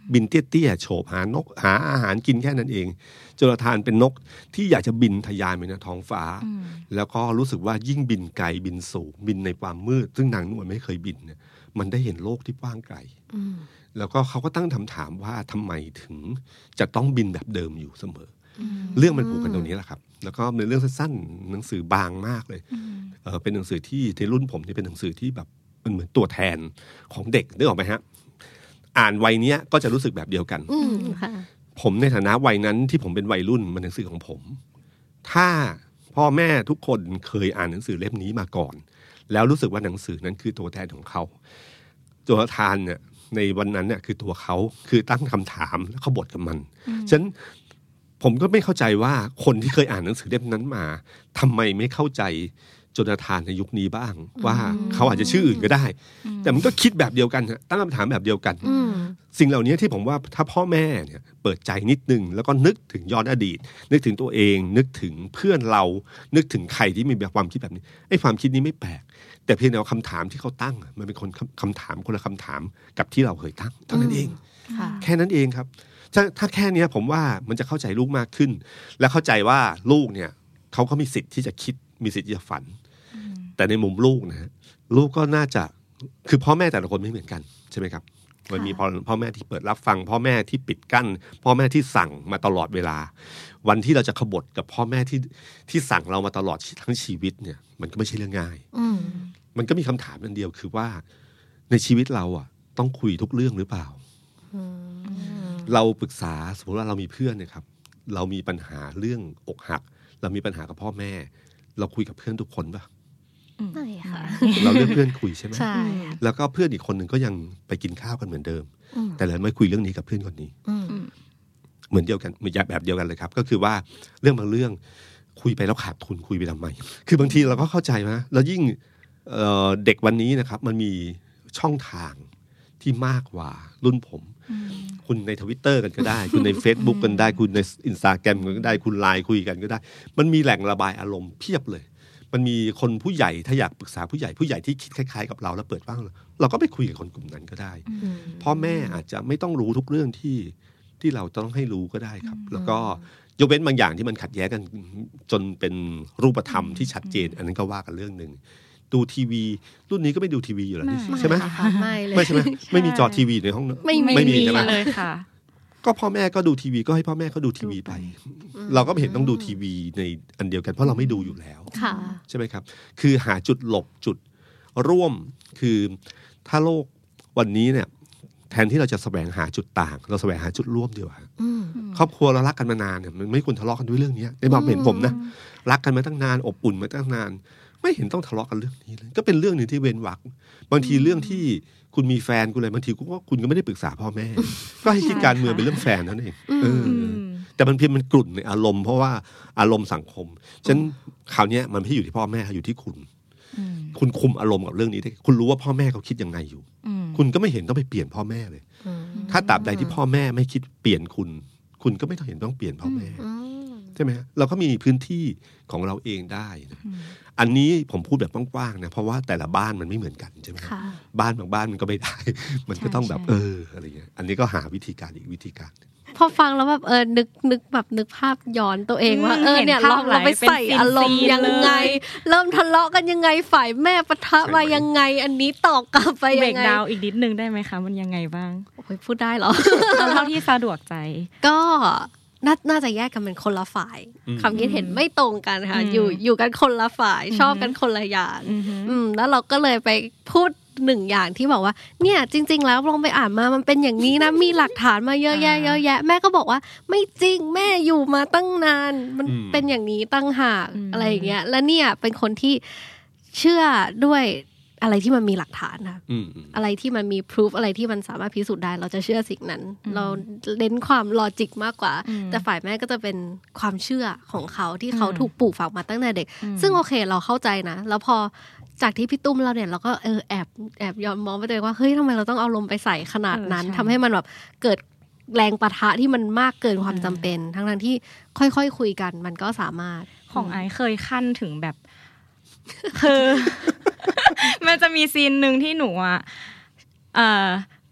บินเตี้ยๆโฉบหานกหาอาหารกินแค่นั้นเองโจนาธานเป็นนกที่อยากจะบินทะยานไปในท้องฟ้าแล้วก็รู้สึกว่ายิ่งบินไกลบินสูงบินในความมืดซึ่งนางนวลไม่เคยบินเนี่ยมันได้เห็นโลกที่กว้างไกลแล้วก็เขาก็ตั้งคำถามว่าทำไมถึงจะต้องบินแบบเดิมอยู่เสมอเรื่องมันผูกกันตรงนี้แหละครับแล้วก็ในเรื่องสั้นๆหนังสือบางมากเลยเออเป็นหนังสือที่ในรุ่นผมนี่เป็นหนังสือที่แบบมันเหมือนตัวแทนของเด็กนึกออกไหมฮะอ่านวัยเนี้ยก็จะรู้สึกแบบเดียวกันผมในฐานะวัยนั้นที่ผมเป็นวัยรุ่นมันหนังสือของผมถ้าพ่อแม่ทุกคนเคยอ่านหนังสือเล่มนี้มาก่อนแล้วรู้สึกว่าหนังสือนั้นคือตัวแทนของเขาโจนาธานเนี่ยในวันนั้นเนี่ยคือตัวเขาคือตั้งคำถามแล้วเขาบทกับมันฉะนั้นผมก็ไม่เข้าใจว่าคนที่เคยอ่านหนังสือเล่มนั้นมาทำไมไม่เข้าใจโจนาธานในยุคนี้บ้างว่าเขาอาจจะชื่ออื่นก็ได้แต่มันก็คิดแบบเดียวกันฮะตั้งคำถามแบบเดียวกันสิ่งเหล่านี้ที่ผมว่าถ้าพ่อแม่เนี่ยเปิดใจนิดนึงแล้วก็นึกถึงย้อนอดีตนึกถึงตัวเองนึกถึงเพื่อนเรานึกถึงใครที่มีแบบความคิดแบบนี้ไอ้ความคิดนี้ไม่แปลกแต่เพียงแต่ว่าคำถามที่เขาตั้งมันเป็นคนคำถามคนละคำถามกับที่เราเคยตั้งเท่านั้นเองแค่นั้นเองครับถ้าถ้าแค่นี้ผมว่ามันจะเข้าใจลูกมากขึ้นและเข้าใจว่าลูกเนี่ยเขาก็มีสิทธิ์ที่จะคิดมีสิทธิ์ที่จะฝันแต่ในมุมลูกนะฮะลูกก็น่าจะคือพ่อแม่แต่ละคนไม่เหมือนกันใช่ไหมครับมันมีพ่อพ่อแม่ที่เปิดรับฟังพ่อแม่ที่ปิดกั้นพ่อแม่ที่สั่งมาตลอดเวลาวันที่เราจะขบฏกับพ่อแม่ที่ที่สั่งเรามาตลอดทั้งชีวิตเนี่ยมันก็ไม่ใช่เรื่องง่ายมันก็มีคำถามอันเดียวคือว่าในชีวิตเราอ่ะต้องคุยทุกเรื่องหรือเปล่าเราปรึกษาสมมติว่าเรามีเพื่อนเนี่ยครับเรามีปัญหาเรื่องอกหักเรามีปัญหากับพ่อแม่เราคุยกับเพื่อนทุกคนป่ะไม่ค่ะเราเลือกเพื่อนคุยใช่ไหมใช่แล้วก็เพื่อนอีกคนหนึ่งก็ยังไปกินข้าวกันเหมือนเดิมแต่เราไม่คุยเรื่องนี้กับเพื่อนคนนี้เหมือนเดียวกันเหมือนแบบเดียวกันเลยครับก็คือว่าเรื่องบางเรื่องคุยไปแล้วขาดทุนคุยไปทำไมคือบางทีเราก็เข้าใจนะแล้วยิ่ง เ, เด็กวันนี้นะครับมันมีช่องทางที่มากกว่ารุ่นผมคุณใน Twitter กันก็ได้คุณใน Facebook กันได้คุณใน Instagram กันก็ได้คุณ ไลน์ คุยกันก็ได้มันมีแหล่งระบายอารมณ์เพียบเลยมันมีคนผู้ใหญ่ถ้าอยากปรึกษาผู้ใหญ่ผู้ใหญ่ที่คิดคล้ายๆกับเราแล้วเปิดว่างเราก็ไปคุยกับคนกลุ่มนั้นก็ได้พ่อแม่อาจจะไม่ต้องรู้ทุกเรื่องที่ที่เราต้องให้รู้ก็ได้ครับแล้วก็ยกเว้นบางอย่างที่มันขัดแย้งกันจนเป็นรูปธรรมที่ชัดเจนอันนั้นก็ว่ากันเรื่องนึงดูทีวีรุ่นนี้ก็ไม่ดูทีวีอยู่แล้วนี่ใช่ไหมไม่เลยไม่ใช่ไหมไม่มีจอทีวีในห้องไม่ไม่มีใช่ไหมเลยค่ะก็พ่อแม่ก็ดูทีวีก็ให้พ่อแม่เขาดูทีวีไปเราก็ไม่เห็นต้องดูทีวีในอันเดียวกันเพราะเราไม่ดูอยู่แล้วใช่ไหมครับคือหาจุดหลบจุดร่วมคือถ้าโลกวันนี้เนี่ยแทนที่เราจะแสวงหาจุดต่างเราแสวงหาจุดร่วมดีกว่าครอบครัวเรารักกันมานานเนี่ยมันไม่ควรทะเลาะกันด้วยเรื่องนี้ในความเห็นผมนะรักกันมาตั้งนานอบอุ่นมาตั้งนานไม่เห็นต้องทะเลาะกันเรื่องนี้เลยก็เป็นเรื่องนึงที่เว้นวรรคบางทีเรื่องที่คุณมีแฟนคุณอะไรบางทีก็คุณก็ไม่ได้ปรึกษาพ่อแม่ก็ให้คิดการเมืองเป็นเรื่องแฟนนั่นเองเออแต่มันเพียงมันกลุ่นในอารมณ์เพราะว่าอารมณ์สังคมฉะนั้นคราวนี้มันไม่อยู่ที่พ่อแม่อยู่ที่คุณคุณคุมอารมณ์กับเรื่องนี้ได้คุณรู้ว่าพ่อแม่เขาคิดยังไงอยู่คุณก็ไม่เห็นต้องไปเปลี่ยนพ่อแม่เลยถ้าตราบใดที่พ่อแม่ไม่คิดเปลี่ยนคุณคุณก็ไม่ต้องเห็นต้องเปลี่ยนพ่อแม่ใช่ไหมเราก็มีพื้นที่ของเราเองได้นะอันนี้ผมพูดแบบกว้างๆนะเพราะว่าแต่ละบ้านมันไม่เหมือนกันใช่ไหมบ้านบางบ้านมันก็ไม่ได้มันก็ต้องแบบเอออะไรเงี้ยอันนี้ก็หาวิธีการอีกวิธีการพอฟังแล้วแบบเออนึกนึกแบบนึกภาพย้อนตัวเองว่าเออเนี่ยเราเราไปใส่อารมณ์ยังไงเริ่มทะเลาะกันยังไงฝ่ายแม่ปะทะมายังไงอันนี้ตอบกลับไปยังไงเบรกดาวอีกนิดนึงได้ไหมคะมันยังไงบ้างโอ้ยพูดได้เหรอเท่าที่สะดวกใจก็น่าจะแยกกันเป็นคนละฝ่ายความคิดเห็นไม่ตรงกันค่ะอยู่อยู่กันคนละฝ่ายชอบกันคนละอย่างแล้วเราก็เลยไปพูดหนึ่งอย่างที่บอกว่าเนี่ยจริงๆแล้วลองไปอ่านมามันเป็นอย่างนี้นะมีหลักฐานมาเยอะแยะเยอะแยะแม่ก็บอกว่าไม่จริงแม่อยู่มาตั้งนานมันเป็นอย่างนี้ตั้งหากอะไรอย่างเงี้ยแล้วเนี่ยเป็นคนที่เชื่อด้วยอะไรที่มันมีหลักฐานค่ะอะไรที่มันมีพิสูจอะไรที่มันสามารถพิสูจน์ได้เราจะเชื่อสิ่งนั้นเราเน้นความลอจิกมากกว่าแต่ฝ่ายแม่ก็จะเป็นความเชื่อของเขาที่เขาถูกปลูกฝังมาตั้งแต่เด็กซึ่งโอเคเราเข้าใจนะแล้วพอจากที่พี่ตุ้มเราเนี่ยเราก็เออแอบแอบยอมมองไปตัวเองว่าเฮ้ยทำไมเราต้องเอาลมไปใส่ขนาดนั้นทำให้มันแบบเกิดแรงปะทะที่มันมากเกินความจำเป็นทั้งนั้นที่ค่อยๆคุยกันมันก็สามารถของไอซ์เคยขั้นถึงแบบคือมันจะมีซีนหนึ่งที่หนูอ่ะเอ่อ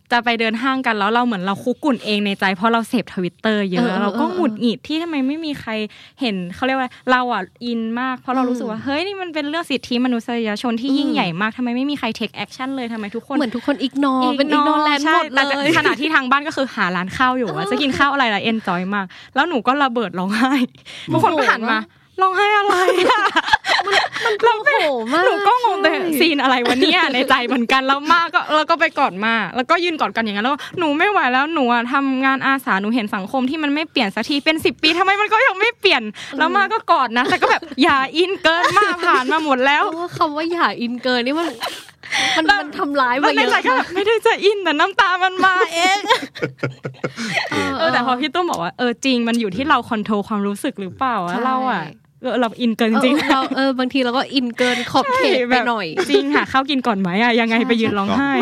จะไปเดินห้างกันแล้วเราเหมือนเราคุกกุ่นเองในใจเพราะเราเสพ Twitter เยอะเราก็หงุดหงิดที่ทำไมไม่มีใครเห็นเขาเรียกว่าเราอ่ะอินมากเพราะเรารู้สึกว่าเฮ้ยนี่มันเป็นเรื่องสิทธิมนุษยชนที่ยิ่งใหญ่มากทำไมไม่มีใคร take action เลยทำไมทุกคนเหมือนทุกคนอิกนอร์เป็นอิกนอร์แลนด์หมดเลยขณะที่ทางบ้านก็คือหาร้านข้าวอยู่ว่าจะกินข้าวอะไรล่ะ enjoy มากแล้วหนูก็ระเบิดร้องไห้บางคนก็หันมาร้องไห้อะไรอ่ะมันโอ้โหมากหนูก็งงแต่ซีนอะไรวะเนี่ยในใจเหมือนกันแล้วมาก็แล้วก็ไปกอดมาแล้วก็ยืนกอดกันอย่างนั้นแล้วหนูไม่ไหวแล้วหนูอ่ะทำงานอาสาหนูเห็นสังคมที่มันไม่เปลี่ยนสักทีเป็นสิบปีทำไมมันก็ยังไม่เปลี่ยนแล้วมาก็กอดนะแต่ก็แบบอย่าอินเกินมากผ่านมาหมดแล้วคำว่าอย่าอินเกินนี่มันมันมันทำร้ายมาเยอะไม่ได้จะอินแต่น้ำตามันมาเองเออแต่พอพี่ตุ้มบอกว่าเออจริงมันอยู่ที่เราคอนโทรลความรู้สึกหรือเปล่าว่าเราอ่ะเราอินเกินจริงเราเออบางทีเราก็อินเกินขอบเขตไปหน่อยจริงหาข้าวกินก่อนไหมอะยังไงไปยืนร้องไห้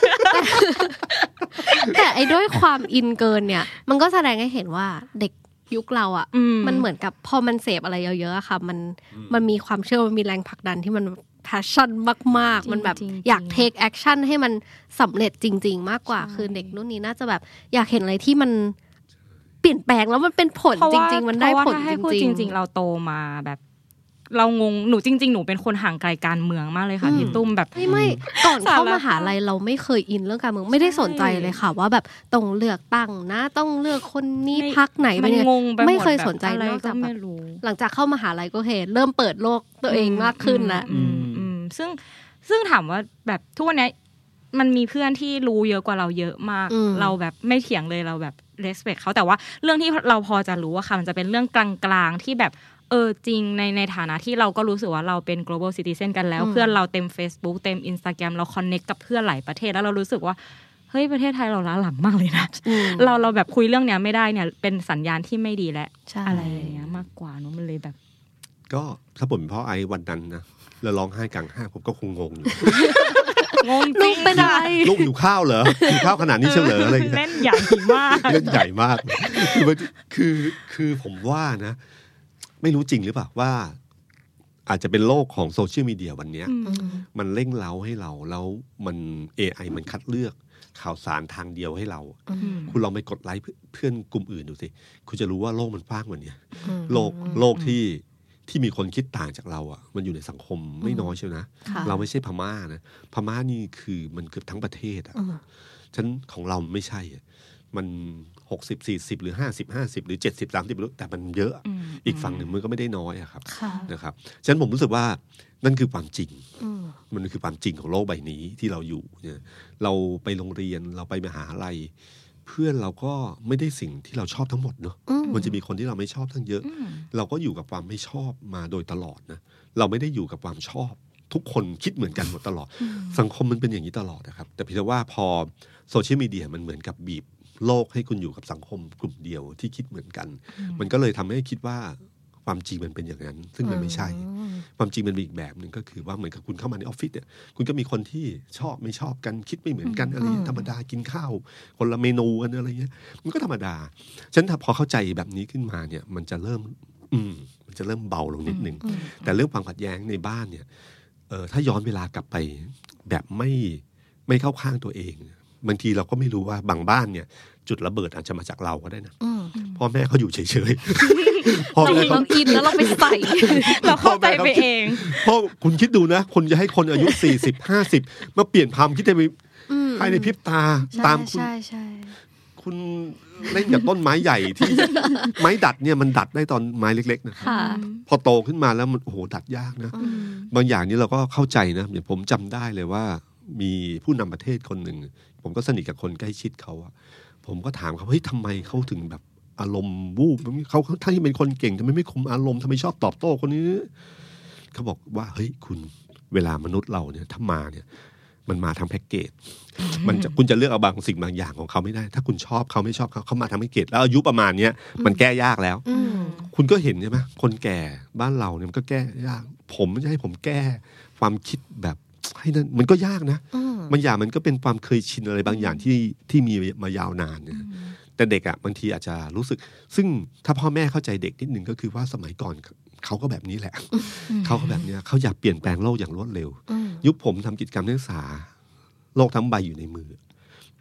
แต่ไอ้ด้วยความอินเกินเนี่ยมันก็แสดงให้เห็นว่าเด็กยุคเราอ่ะมันเหมือนกับพอมันเสพอะไรเยอะๆอะค่ะมันมันมีความเชื่อมันมีแรงผลักดันที่มันpassion มากๆมันแบบอยาก take action ให้มันสำเร็จจริงๆมากกว่าคือเด็กรุ่นนี้น่าจะแบบอยากเห็นอะไรที่มันเปลี่ยนแปลงแล้วมันเป็นผลจริงๆมันได้ผลจริงๆจริงๆเราโตมาแบบเรางงหนูจริงๆหนูเป็นคนห่างไกลการเมืองมากเลยค่ะพี่ตุ้มแบบไม่ไม่ก่อนเข้ามหาลัยเราไม่เคยอินเรื่องการเมืองไม่ได้สนใจเลยค่ะว่าแบบต้องเลือกตั้งนะต้องเลือกคนนี้พรรคไหนเป็นยังไงไม่เคยสนใจนอกจากแบบหลังจากเข้ามหาลัยก็เห็นเริ่มเปิดโลกตัวเองมากขึ้นแล้วซึ่งซึ่งถามว่าแบบทุกวันนี้มันมีเพื่อนที่รู้เยอะกว่าเราเยอะมากเราแบบไม่เถียงเลยเราแบบ respect เขาแต่ว่าเรื่องที่เราพอจะรู้อะค่ะมันจะเป็นเรื่องกลางๆที่แบบเออจริงในในฐานะที่เราก็รู้สึกว่าเราเป็น global citizen กันแล้วเพื่อนเราเต็ม Facebook เต็ม Instagram เรา connect กับเพื่อนหลายประเทศแล้วเรารู้สึกว่าเฮ้ยประเทศไทยเราล้าหลังมากเลยนะเราเราแบบคุยเรื่องเนี้ยไม่ได้เนี่ยเป็นสัญญาณที่ไม่ดีแล้วอะไรอย่างเงี้ยมากกว่าเนาะมันเลยแบบก็ถ้าผมเพราะไอ้วันนั้นนะแล้วร้องไห้กลางห้างผมก็คงงงอยู่งงลูกเป็นอะไรลูกอยู่ข้าวเหรออยู่ข้าวขนาดนี้เฉลยอะไรเล่นใหญ่มากเล่นใหญ่มากคือคือคือผมว่านะไม่รู้จริงหรือเปล่าว่าอาจจะเป็นโลกของโซเชียลมีเดียวันนี้มันเร่งเร้าให้เราแล้วมัน เอ ไอ มันคัดเลือกข่าวสารทางเดียวให้เราคุณลองไปกดไลค์เพื่อนกลุ่มอื่นดูสิคุณจะรู้ว่าโลกมันกว้างกว่านี้โลกโลกที่ที่มีคนคิดต่างจากเราอ่ะมันอยู่ในสังคมไม่น้อยเชียวนะเราไม่ใช่พม่านะพม่านี่คือมันเกือบทั้งประเทศอ่ะฉันของเราไม่ใช่มันหกสิบ สี่สิบหรือห้าสิบ ห้าสิบหรือเจ็ดสิบ สามสิบแต่มันเยอะอีกฝั่งหนึ่งมันก็ไม่ได้น้อยอะครับนะครับฉะนั้นผมรู้สึกว่านั่นคือความจริงมันคือความจริงของโลกใบนี้ที่เราอยู่เนี่ยเราไปโรงเรียนเราไปมหาลัยเพื่อนเราก็ไม่ได้สิ่งที่เราชอบทั้งหมดเนอะมันจะมีคนที่เราไม่ชอบทั้งเยอะเราก็อยู่กับความไม่ชอบมาโดยตลอดนะเราไม่ได้อยู่กับความชอบทุกคนคิดเหมือนกันหมดตลอดสังคมมันเป็นอย่างนี้ตลอดนะครับแต่เพียงแต่ว่าพอโซเชียลมีเดียมันเหมือนกับบีบโลกให้คุณอยู่กับสังคมกลุ่มเดียวที่คิดเหมือนกันมันก็เลยทำให้คิดว่าความจริงมันเป็นอย่างนั้นซึ่งมันไม่ใช่ความจริงมันมีอีกแบบนึงก็คือว่าเหมือนกับคุณเข้ามาในออฟฟิศเนี่ยคุณก็มีคนที่ชอบไม่ชอบกันคิดไม่เหมือนกันอะไรธรรมดากินข้าวคนละเมนูกันอะไรเงี้ยมันก็ธรรมดาฉันถ้าพอเข้าใจแบบนี้ขึ้นมาเนี่ยมันจะเริ่มอืมมันจะเริ่มเบาลงนิดนึงแต่เรื่องความขัดแย้งในบ้านเนี่ยเออถ้าย้อนเวลากลับไปแบบไม่ไม่เข้าข้างตัวเองบางทีเราก็ไม่รู้ว่าบางบ้านเนี่ยจุดระเบิดอาจจะมาจากเราก็ได้นะพ่อแม่เขาอยู่เฉยๆพ่อแม่เขาอินแล้วเราไปใส่เราเข้าใจไปเองเพราะคุณคิดดูนะคนจะให้คนอายุสี่สิบ ห้าสิบมาเปลี่ยนความคิดไปภายในพริบตาตามคุณคุณเล่นกับต้นไม้ใหญ่ที่ไม้ดัดเนี่ยมันดัดได้ตอนไม้เล็กๆนะพอโตขึ้นมาแล้วมันโอ้โหดัดยากนะบางอย่างนี้เราก็เข้าใจนะอย่างผมจำได้เลยว่ามีผู้นำประเทศคนหนึ่งผมก็สนิทกับคนใกล้ชิดเขาอะผมก็ถามเขาเฮ้ยทำไมเขาถึงแบบอารมณ์วูบเขาถ้าที่เป็นคนเก่งทำไมไม่คุมอารมณ์ทำไมชอบตอบโต้คนนี้เขาบอกว่าเฮ้ยคุณเวลามนุษย์เราเนี่ยถ้ามาเนี่ยมันมาทางแพ็กเกจมันจะคุณจะเลือกเอาบางสิ่งบางอย่างของเขาไม่ได้ถ้าคุณชอบเขาไม่ชอบเขาเขามาทางแพ็กเกจแล้วอายุประมาณเนี้ยมันแก้ยากแล้วคุณก็เห็นใช่ไหมคนแก่บ้านเราเนี่ยมันก็แก้ยากผมจะให้ผมแก้ความคิดแบบให้นั่นมันก็ยากนะบางอย่างมันก็เป็นความเคยชินอะไรบางอย่างที่ที่มีมายาวนานเนี่ยแต่เด็กอ่ะบางทีอาจจะรู้สึกซึ่งถ้าพ่อแม่เข้าใจเด็กนิดนึงก็คือว่าสมัยก่อนเขาก็แบบนี้แหละเขาก็แบบนี้เขาอยากเปลี่ยนแปลงโลกอย่างรวดเร็วยุคผมทำกิจกรรมนักศึกษาโลกทั้งใบอยู่ในมือ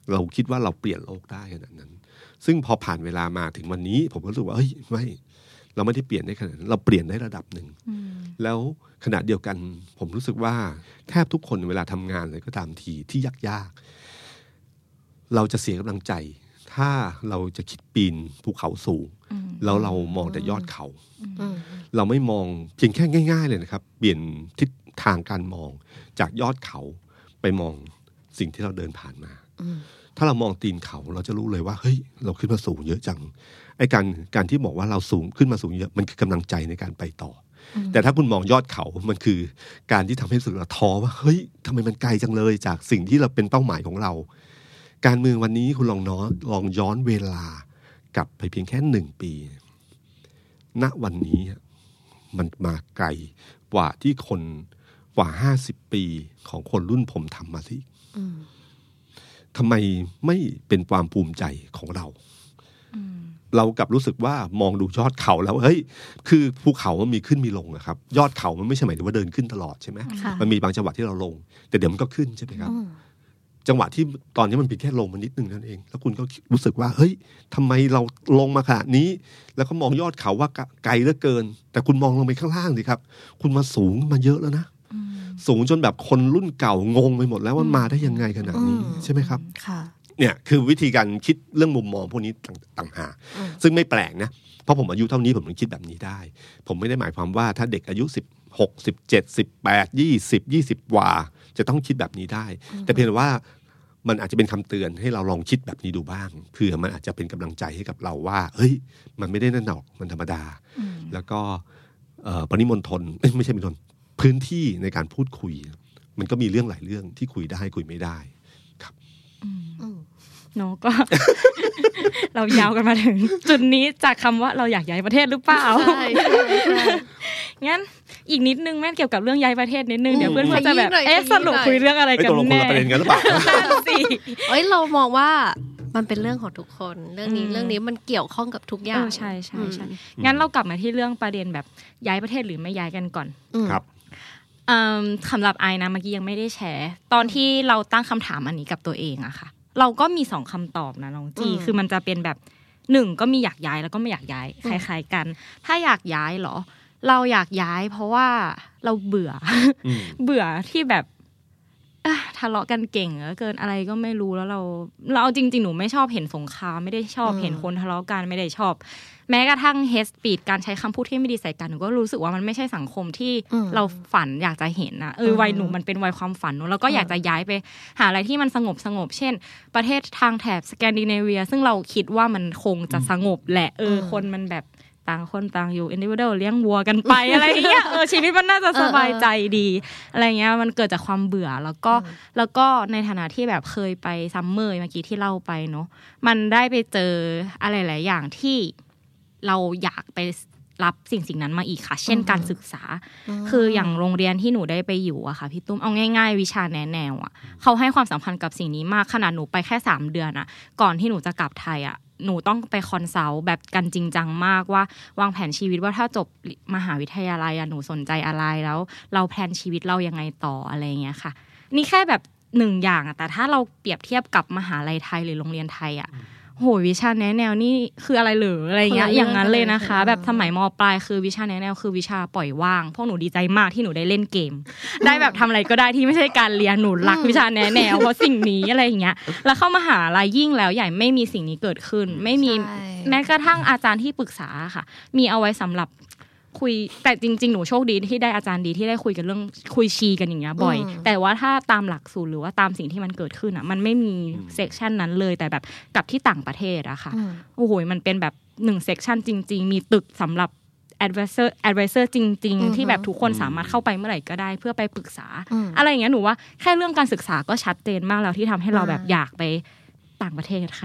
เราคิดว่าเราเปลี่ยนโลกได้ขนาดนั้นซึ่งพอผ่านเวลามาถึงวันนี้ผมก็รู้สึกว่าเฮ้ยไม่เราไม่ได้เปลี่ยนได้ขนาดนั้นเราเปลี่ยนได้ระดับหนึ่งแล้วขณะเดียวกันผมรู้สึกว่าแทบทุกคนเวลาทำงานอะไรก็ตามทีที่ยากๆเราจะเสียกำลังใจถ้าเราจะคิดปีนภูเขาสูงแล้วเรามองแต่ยอดเขาเราไม่มองเพียงแค่ง่ายๆเลยนะครับเปลี่ยนทิศทางการมองจากยอดเขาไปมองสิ่งที่เราเดินผ่านมาถ้าเรามองตีนเขาเราจะรู้เลยว่าเฮ้ยเราขึ้นมาสูงเยอะจังไอ้การการที่บอกว่าเราสูงขึ้นมาสูงเยอะมันคือกำลังใจในการไปต่อแต่ถ้าคุณมองยอดเขามันคือการที่ทำให้รู้สึกเราท้อว่าเฮ้ยทำไมมันไกลจังเลยจากสิ่งที่เราเป็นเป้าหมายของเราการเมืองวันนี้คุณลองน้อลองย้อนเวลากลับไปเพียงแค่หนึ่งปีณวันนี้มันมาไกลกว่าที่คนกว่าห้าสิบปีของคนรุ่นผมทำมาสิทำไมไม่เป็นความภูมิใจของเราเรากลับรู้สึกว่ามองดูยอดเขาแล้วเฮ้ยคือภูเขามันมีขึ้นมีลงนะครับยอดเขามันไม่ใช่หมายถึงว่าเดินขึ้นตลอดใช่ไหมมันมีบางจังหวะที่เราลงแต่เดี๋ยวมันก็ขึ้นใช่ไหมครับจังหวะที่ตอนนี้มันเป็นแค่ลงมานิดนึงนั่นเองแล้วคุณก็รู้สึกว่าเฮ้ยทำไมเราลงมาขนาดนี้แล้วก็มองยอดเขาว่าไกลเหลือเกินแต่คุณมองลงไปข้างล่างสิครับคุณมาสูงมาเยอะแล้วนะสูงจนแบบคนรุ่นเก่างงไปหมดแล้วว่ามาได้ยังไงขนาดนี้ใช่ไหมครับเนี่ยคือวิธีการคิดเรื่องมุมมองพวกนี้ต่างหากซึ่งไม่แปลกนะเพราะผมอายุเท่านี้ผมถึงคิดแบบนี้ได้ผมไม่ได้หมายความว่าถ้าเด็กอายุสิบหก สิบเจ็ด สิบแปด ยี่สิบ ยี่สิบกว่าจะต้องคิดแบบนี้ได้แต่เพียงแต่ว่ามันอาจจะเป็นคำเตือนให้เราลองคิดแบบนี้ดูบ้างเพื่อมันอาจจะเป็นกำลังใจให้กับเราว่าเฮ้ยมันไม่ได้นั่นหรอกมันธรรมดาแล้วก็ปริมณฑลไม่ใช่ปริมณฑลพื้นที่ในการพูดคุยมันก็มีเรื่องหลายเรื่องที่คุยได้คุยไม่ได้ครับเนาะก็ เรายาวกันมาถึงจุดนี้จากคำว่าเราอยากย้ายประเทศหรือเปล่าใช่งั้นอีกนิดนึงแม่เกี่ยวกับเรื่องย้ายประเทศนิดนึงเดี๋ยวเพื่อนๆจะแบบเอ๊ะสรุปคุยเรื่องอะไรกันแน่ประเด็นกันหรือเปล่าสิเอ้ยเรามองว่ามันเป็นเรื่องของทุกคนเรื่องนี้เรื่องนี้มันเกี่ยวข้องกับทุกอย่างใช่ใช่ใช่งั้นเรากลับมาที่เรื่องประเด็นแบบย้ายประเทศหรือไม่ย้ายกันก่อนครับสำหรับไอนะเมื่อกี้ยังไม่ได้แชร์ตอนที่เราตั้งคำถามอันนี้กับตัวเองอะค่ะเราก็มีสองคำตอบนะน้องจีคือมันจะเป็นแบบหนึ่งก็มีอยากย้ายแล้วก็ไม่อยากย้ายคล้ายๆกันถ้าอยากย้ายเหรอเราอยากย้ายเพราะว่าเราเบื่อเบื่อที่แบบทะเลาะกันเก่งเหลือเกินอะไรก็ไม่รู้แล้วเราเราเอาจริงๆหนูไม่ชอบเห็นสงครามไม่ได้ชอบเห็นคนทะเลาะกันไม่ได้ชอบแม้กระทั่งเฮทสปีดการใช้คำพูดที่ไม่ดีใส่กันหนูก็รู้สึกว่ามันไม่ใช่สังคมที่เราฝันอยากจะเห็นนะเออวัยหนูมันเป็นวัยความฝันหนูแล้วก็อยากจะย้ายไปหาอะไรที่มันสงบสงบเช่นประเทศทางแถบสแกนดิเนเวียซึ่งเราคิดว่ามันคงจะสงบแหละเออคนมันแบบต่างคนต่างอยู่ individual เลี้ยงวัวกันไป อะไรอย่างเงี้ยเออชีวิตมันน่าจะสบายใจดีอะไรเงี้ยมันเกิดจากความเบื่อแล้วก็แล้วก็ในฐานะที่แบบเคยไปซัมเมอร์เมื่อกี้ที่เล่าไปเนาะมันได้ไปเจออะไรหลายอย่างที่เราอยากไปรับสิ่งสิ่งนั้นมาอีกค่ะเช่นการศึกษาคืออย่างโรงเรียนที่หนูได้ไปอยู่อะค่ะพี่ตุ้มเอาง่ายๆวิชาแนะแนวอะเขาให้ความสำคัญกับสิ่งนี้มากขนาดหนูไปแค่สามเดือนอะก่อนที่หนูจะกลับไทยอะหนูต้องไปคอนซัลท์แบบกันจริงจังมากว่าวางแผนชีวิตว่าถ้าจบมหาวิทยาลัยอะหนูสนใจอะไรแล้วเราแพลนชีวิตเรายังไงต่ออะไรเงี้ยค่ะนี่แค่แบบหนึ่งอย่างอะแต่ถ้าเราเปรียบเทียบกับมหาลัยไทยหรือโรงเรียนไทยอะโหวิชาแนะแนวนี่คืออะไรเหรออะไรเงี้ยอย่างนั้นเลยนะคะแบบสมัยม.ปลายคือวิชาแนะแนวคือวิชาปล่อยว่างพวกหนูดีใจมากที่หนูได้เล่นเกมได้แบบทำอะไรก็ได้ที่ไม่ใช่การเรียนหนูรักวิชาแนะแนวเพราะสิ่งนี้อะไรอย่างเงี้ยแล้วเข้ามหาลัยยิ่งแล้วใหญ่ไม่มีสิ่งนี้เกิดขึ้นไม่มีแม้กระทั่งอาจารย์ที่ปรึกษาค่ะมีเอาไว้สำหรับคุยแต่จริงๆหนูโชคดีที่ได้อาจารย์ดีที่ได้คุยกันเรื่องคุยชีกันอย่างเงี้ยบ่อยแต่ว่าถ้าตามหลักสูตรหรือว่าตามสิ่งที่มันเกิดขึ้นอ่ะมันไม่มีเซกชันนั้นเลยแต่แบบกับที่ต่างประเทศอะค่ะโอ้โหมันเป็นแบบหนึ่งเซกชันจริงๆมีตึกสำหรับ advisor advisor จริงๆที่แบบทุกคนสามารถเข้าไปเมื่อไหร่ก็ได้เพื่อไปปรึกษาอะไรอย่างเงี้ยหนูว่าแค่เรื่องการศึกษาก็ชัดเจนมากแล้วที่ทำให้เราแบบอยากไปต่างประเทศค่ะ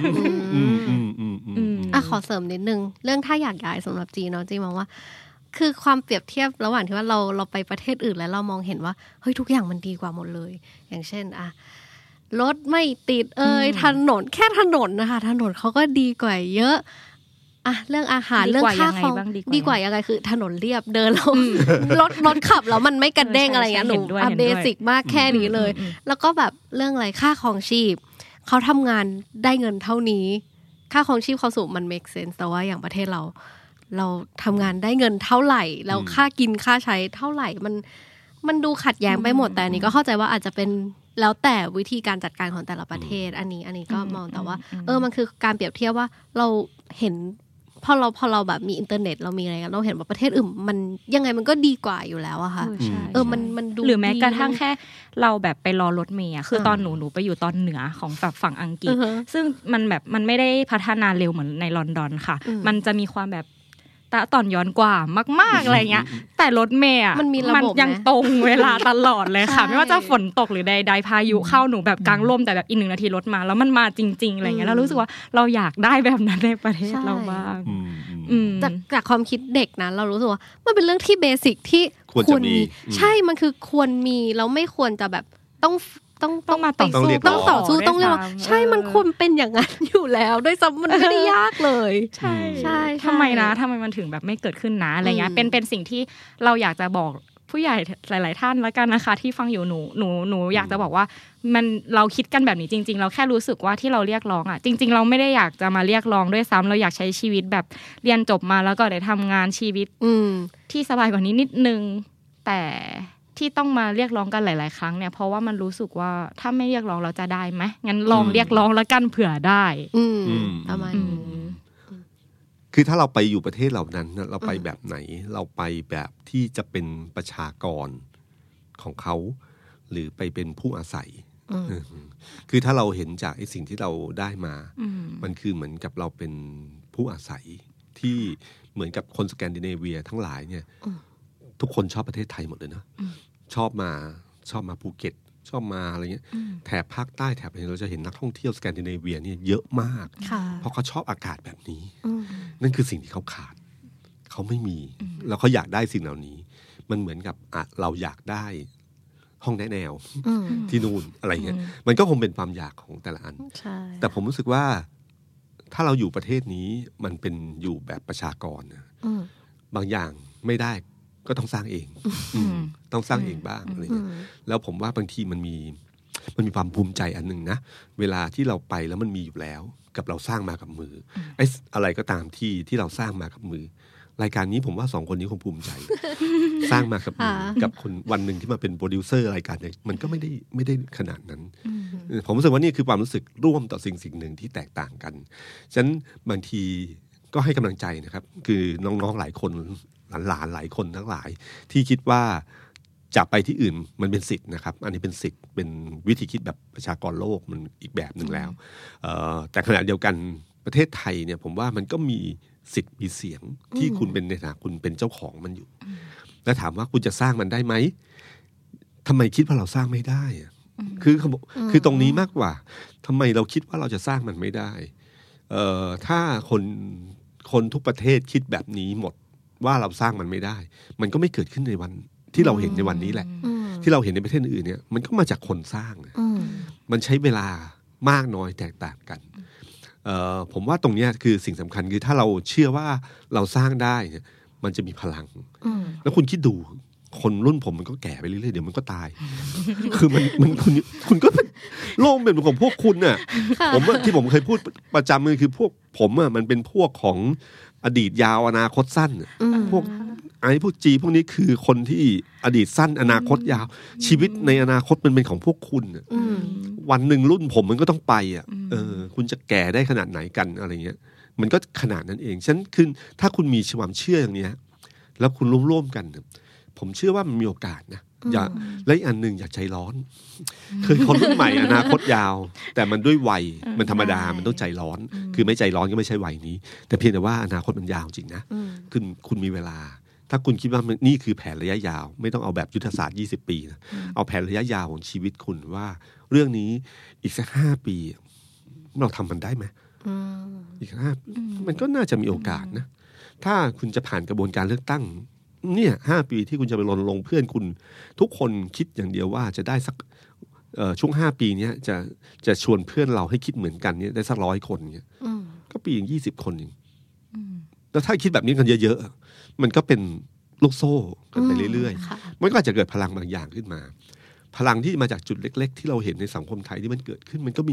อ่ะขอเสริมนิดนึงเรื่องถ้าอยากย้ายสำหรับจีเนาะจีมองว่าคือความเปรียบเทียบระหว่างที่ว่าเราเราไปประเทศอื่นแล้วเรามองเห็นว่าเฮ้ยทุกอย่างมันดีกว่าหมดเลยอย่างเช่นอะรถไม่ติดเอ่ยถนนแค่ถนนนะคะถนนเขาก็ดีกว่าเยอะอะเรื่องอาหารเรื่องค่าของดีกว่ายังไงคือถนนเรียบเดินแล้วรถรถขับแล้วมันไม่กระเด้งอะไรอย่างเงี้ยหนูเบสิกมากแค่นี้เลยแล้วก็แบบเรื่องอะไรค่าของชีพเขาทำงานได้เงินเท่านี้ค่าครองชีพเขาสูงมัน make sense แต่ว่าอย่างประเทศเราเราทำงานได้เงินเท่าไหร่แล้วค่ากินค่าใช้เท่าไหร่มันมันดูขัดแย้งไปหมดแต่อันนี้ก็เข้าใจว่าอาจจะเป็นแล้วแต่วิธีการจัดการของแต่ละประเทศอันนี้อันนี้ก็มองแต่ว่าเออมันคือการเปรียบเทียบว่าเราเห็นพอเราพอเราแบบมีอินเทอร์เน็ตเรามีอะไรกันเราเห็นว่าประเทศอื่นมันยังไงมันก็ดีกว่าอยู่แล้วอะค่ะเออมันมันดูหรือแม้กระทั่งแค่เราแบบไปรอรถเมล์คือตอนหนูหนูไปอยู่ตอนเหนือของแบบฝั่งอังกฤษซึ่งมันแบบมันไม่ได้พัฒนาเร็วเหมือนในลอนดอนค่ะมันจะมีความแบบตะตอนย้อนกว่ามากๆอะไรเงี้ยแต่รถเมล์มันมีระบบยังตรงเวลาตลอดเลยค่ะไม่ว่าจะฝนตกหรือใดๆพายุเข้าหนูแบบกลางร่มแต่แบบอีกหนึ่งนาทีรถมาแล้วมันมาจริงๆอะไรเงี้ยแล้วรู้สึกว่าเราอยากได้แบบนั้นในประเทศเราบ้างจากจากความคิดเด็กนะเรารู้สึกว่ามันเป็นเรื่องที่เบสิกที่ควรมีใช่มันคือควรมีแล้วไม่ควรจะแบบต้องต้องต้องมาต่อสู้ต้องต่อสู้ต้องเรียกใช่มันควรเป็นอย่างนั้นอยู่แล้วด้วยซ้ำมันไม่ได้ยากเลยใช่ใช่ทำไมนะทำไมมันถึงแบบไม่เกิดขึ้นนะอะไรเงี้ยเป็นเป็นสิ่งที่เราอยากจะบอกผู้ใหญ่หลายๆท่านแล้วกันนะคะที่ฟังอยู่หนูหนูหนูอยากจะบอกว่ามันเราคิดกันแบบนี้จริงๆเราแค่รู้สึกว่าที่เราเรียกร้องอ่ะจริงๆเราไม่ได้อยากจะมาเรียกร้องด้วยซ้ำเราอยากใช้ชีวิตแบบเรียนจบมาแล้วก็ได้ทำงานชีวิตที่สบายกว่านี้นิดนึงแต่ที่ต้องมาเรียกร้องกันหลายๆครั้งเนี่ยเพราะว่ามันรู้สึกว่าถ้าไม่เรียกร้องเราจะได้ไหมงั้นลองเรียกร้องแล้วกันเผื่อได้ประมาณคือถ้าเราไปอยู่ประเทศเหล่านั้นเราไปแบบไหนเราไปแบบที่จะเป็นประชากรของเขาหรือไปเป็นผู้อาศัยคือถ้าเราเห็นจากไอ้สิ่งที่เราได้มามันคือเหมือนกับเราเป็นผู้อาศัยที่เหมือนกับคนสแกนดิเนเวียทั้งหลายเนี่ยทุกคนชอบประเทศไทยหมดเลยนะชอบมาชอบมาภูเก็ตชอบมาอะไรเงี้ยแถบภาคใต้แถบนี้เราจะเห็นนักท่องเที่ยวสแกนดิเนเวียเนี่ยเยอะมากเพราะเขาชอบอากาศแบบนี้นั่นคือสิ่งที่เขาขาดเขาไม่มีแล้วเขาอยากได้สิ่งเหล่านี้มันเหมือนกับเราอยากได้ห้องแนะแนวที่นู่นอะไรเงี้ยมันก็คงเป็นความอยากของแต่ละอันแต่ผมรู้สึกว่าถ้าเราอยู่ประเทศนี้มันเป็นอยู่แบบประชากรนะบางอย่างไม่ได้ก็ต้องสร้างเองต้องสร้างเองบ้างอะไรเงี้ยแล้วผมว่าบางทีมันมีมันมีความภูมิใจอันนึงนะเวลาที่เราไปแล้วมันมีอยู่แล้วกับเราสร้างมากับมือไอ้อะไรก็ตามที่ที่เราสร้างมากับมือรายการนี้ผมว่าสองคนนี้คงภูมิใจ สร้างมากับมือกับคนวันหนึ่งที่มาเป็นโปรดิวเซอร์รายการเนี่ยมันก็ไม่ได้ไม่ได้ขนาดนั้นผมรู้สึกว่านี่คือความรู้สึกร่วมต่อสิ่งสิ่งหนึ่งที่แตกต่างกันฉะนั้นบางทีก็ให้กำลังใจนะครับคือน้องๆหลายคนหลานๆหลายคนทั้งหลายที่คิดว่าจะไปที่อื่นมันเป็นสิทธิ์นะครับอันนี้เป็นสิทธิ์เป็นวิธีคิดแบบประชากรโลกมันอีกแบบหนึ่งแล้วแต่ขณะเดียวกันประเทศไทยเนี่ยผมว่ามันก็มีสิทธิ์มีเสียงที่คุณเป็นในฐานะคุณเป็นเจ้าของมันอยู่แล้วถามว่าคุณจะสร้างมันได้ไหมทำไมคิดว่าเราสร้างไม่ได้คือคือตรงนี้มากกว่าทำไมเราคิดว่าเราจะสร้างมันไม่ได้ถ้าคนคนทุกประเทศคิดแบบนี้หมดว่าเราสร้างมันไม่ได้มันก็ไม่เกิดขึ้นในวันที่เราเห็นในวันนี้แหละที่เราเห็นในประเทศอื่นเนี่ยมันก็มาจากคนสร้างมันใช้เวลามากน้อยแตกต่างกันผมว่าตรงนี้คือสิ่งสำคัญคือถ้าเราเชื่อว่าเราสร้างได้เนี่ยมันจะมีพลังแล้วคุณคิดดูคนรุ่นผมมันก็แก่ไปเรื่อยๆเดี๋ยวมันก็ตายคือมันมันคุณคุณก็โลกเป็นของพวกคุณน่ะผมที่ผมเคยพูดประจำเลยคือพวกผมอ่ะมันเป็นพวกของอดีตยาวอนาคตสั้นพวกไอ้พวกจีพวกนี้คือคนที่อดีตสั้นอนาคตยาวชีวิตในอนาคตมันเป็นของพวกคุณวันหนึ่งรุ่นผมมันก็ต้องไปอ่ะเออคุณจะแก่ได้ขนาดไหนกันอะไรเงี้ยมันก็ขนาดนั้นเองฉะนั้นคือถ้าคุณมีความเชื่ออย่างนี้แล้วคุณร่วมๆกันผมเชื่อว่ามันมีโอกาสนะอย่าและอีกอันหนึ่งอย่าใจร้อนเคยคนรุ่นใหม่อนาคตยาวแต่มันด้วยวัยมันธรรมดามันต้องใจร้อนคือไม่ใจร้อนก็ไม่ใช่วัยนี้แต่เพียงแต่ว่าอนาคตมันยาวจริงนะคุณคุณมีเวลาถ้าคุณคิดว่านี่คือแผนระยะยาวไม่ต้องเอาแบบยุทธศาสตร์ยี่สิบปีนะเอาแผนระยะยาวของชีวิตคุณว่าเรื่องนี้อีกสักห้าปีเราทำมันได้ไหมอีกห้ามันก็น่าจะมีโอกาสนะถ้าคุณจะผ่านกระบวนการเลือกตั้งเนี่ยห้าปีที่คุณจะไปรณรงค์เพื่อนคุณทุกคนคิดอย่างเดียวว่าจะได้สักช่วงห้าปีนี้จะจะชวนเพื่อนเราให้คิดเหมือนกันเนี่ยได้สักร้อยคนเนี่ยก็ปีอย่างยี่สิบคนเองแล้วถ้าคิดแบบนี้กันเยอะๆมันก็เป็นลูกโซ่กันไปเรื่อยๆมันก็อาจจะเกิดพลังบางอย่างขึ้นมาพลังที่มาจากจุดเล็กๆที่เราเห็นในสังคมไทยที่มันเกิดขึ้นมันก็มี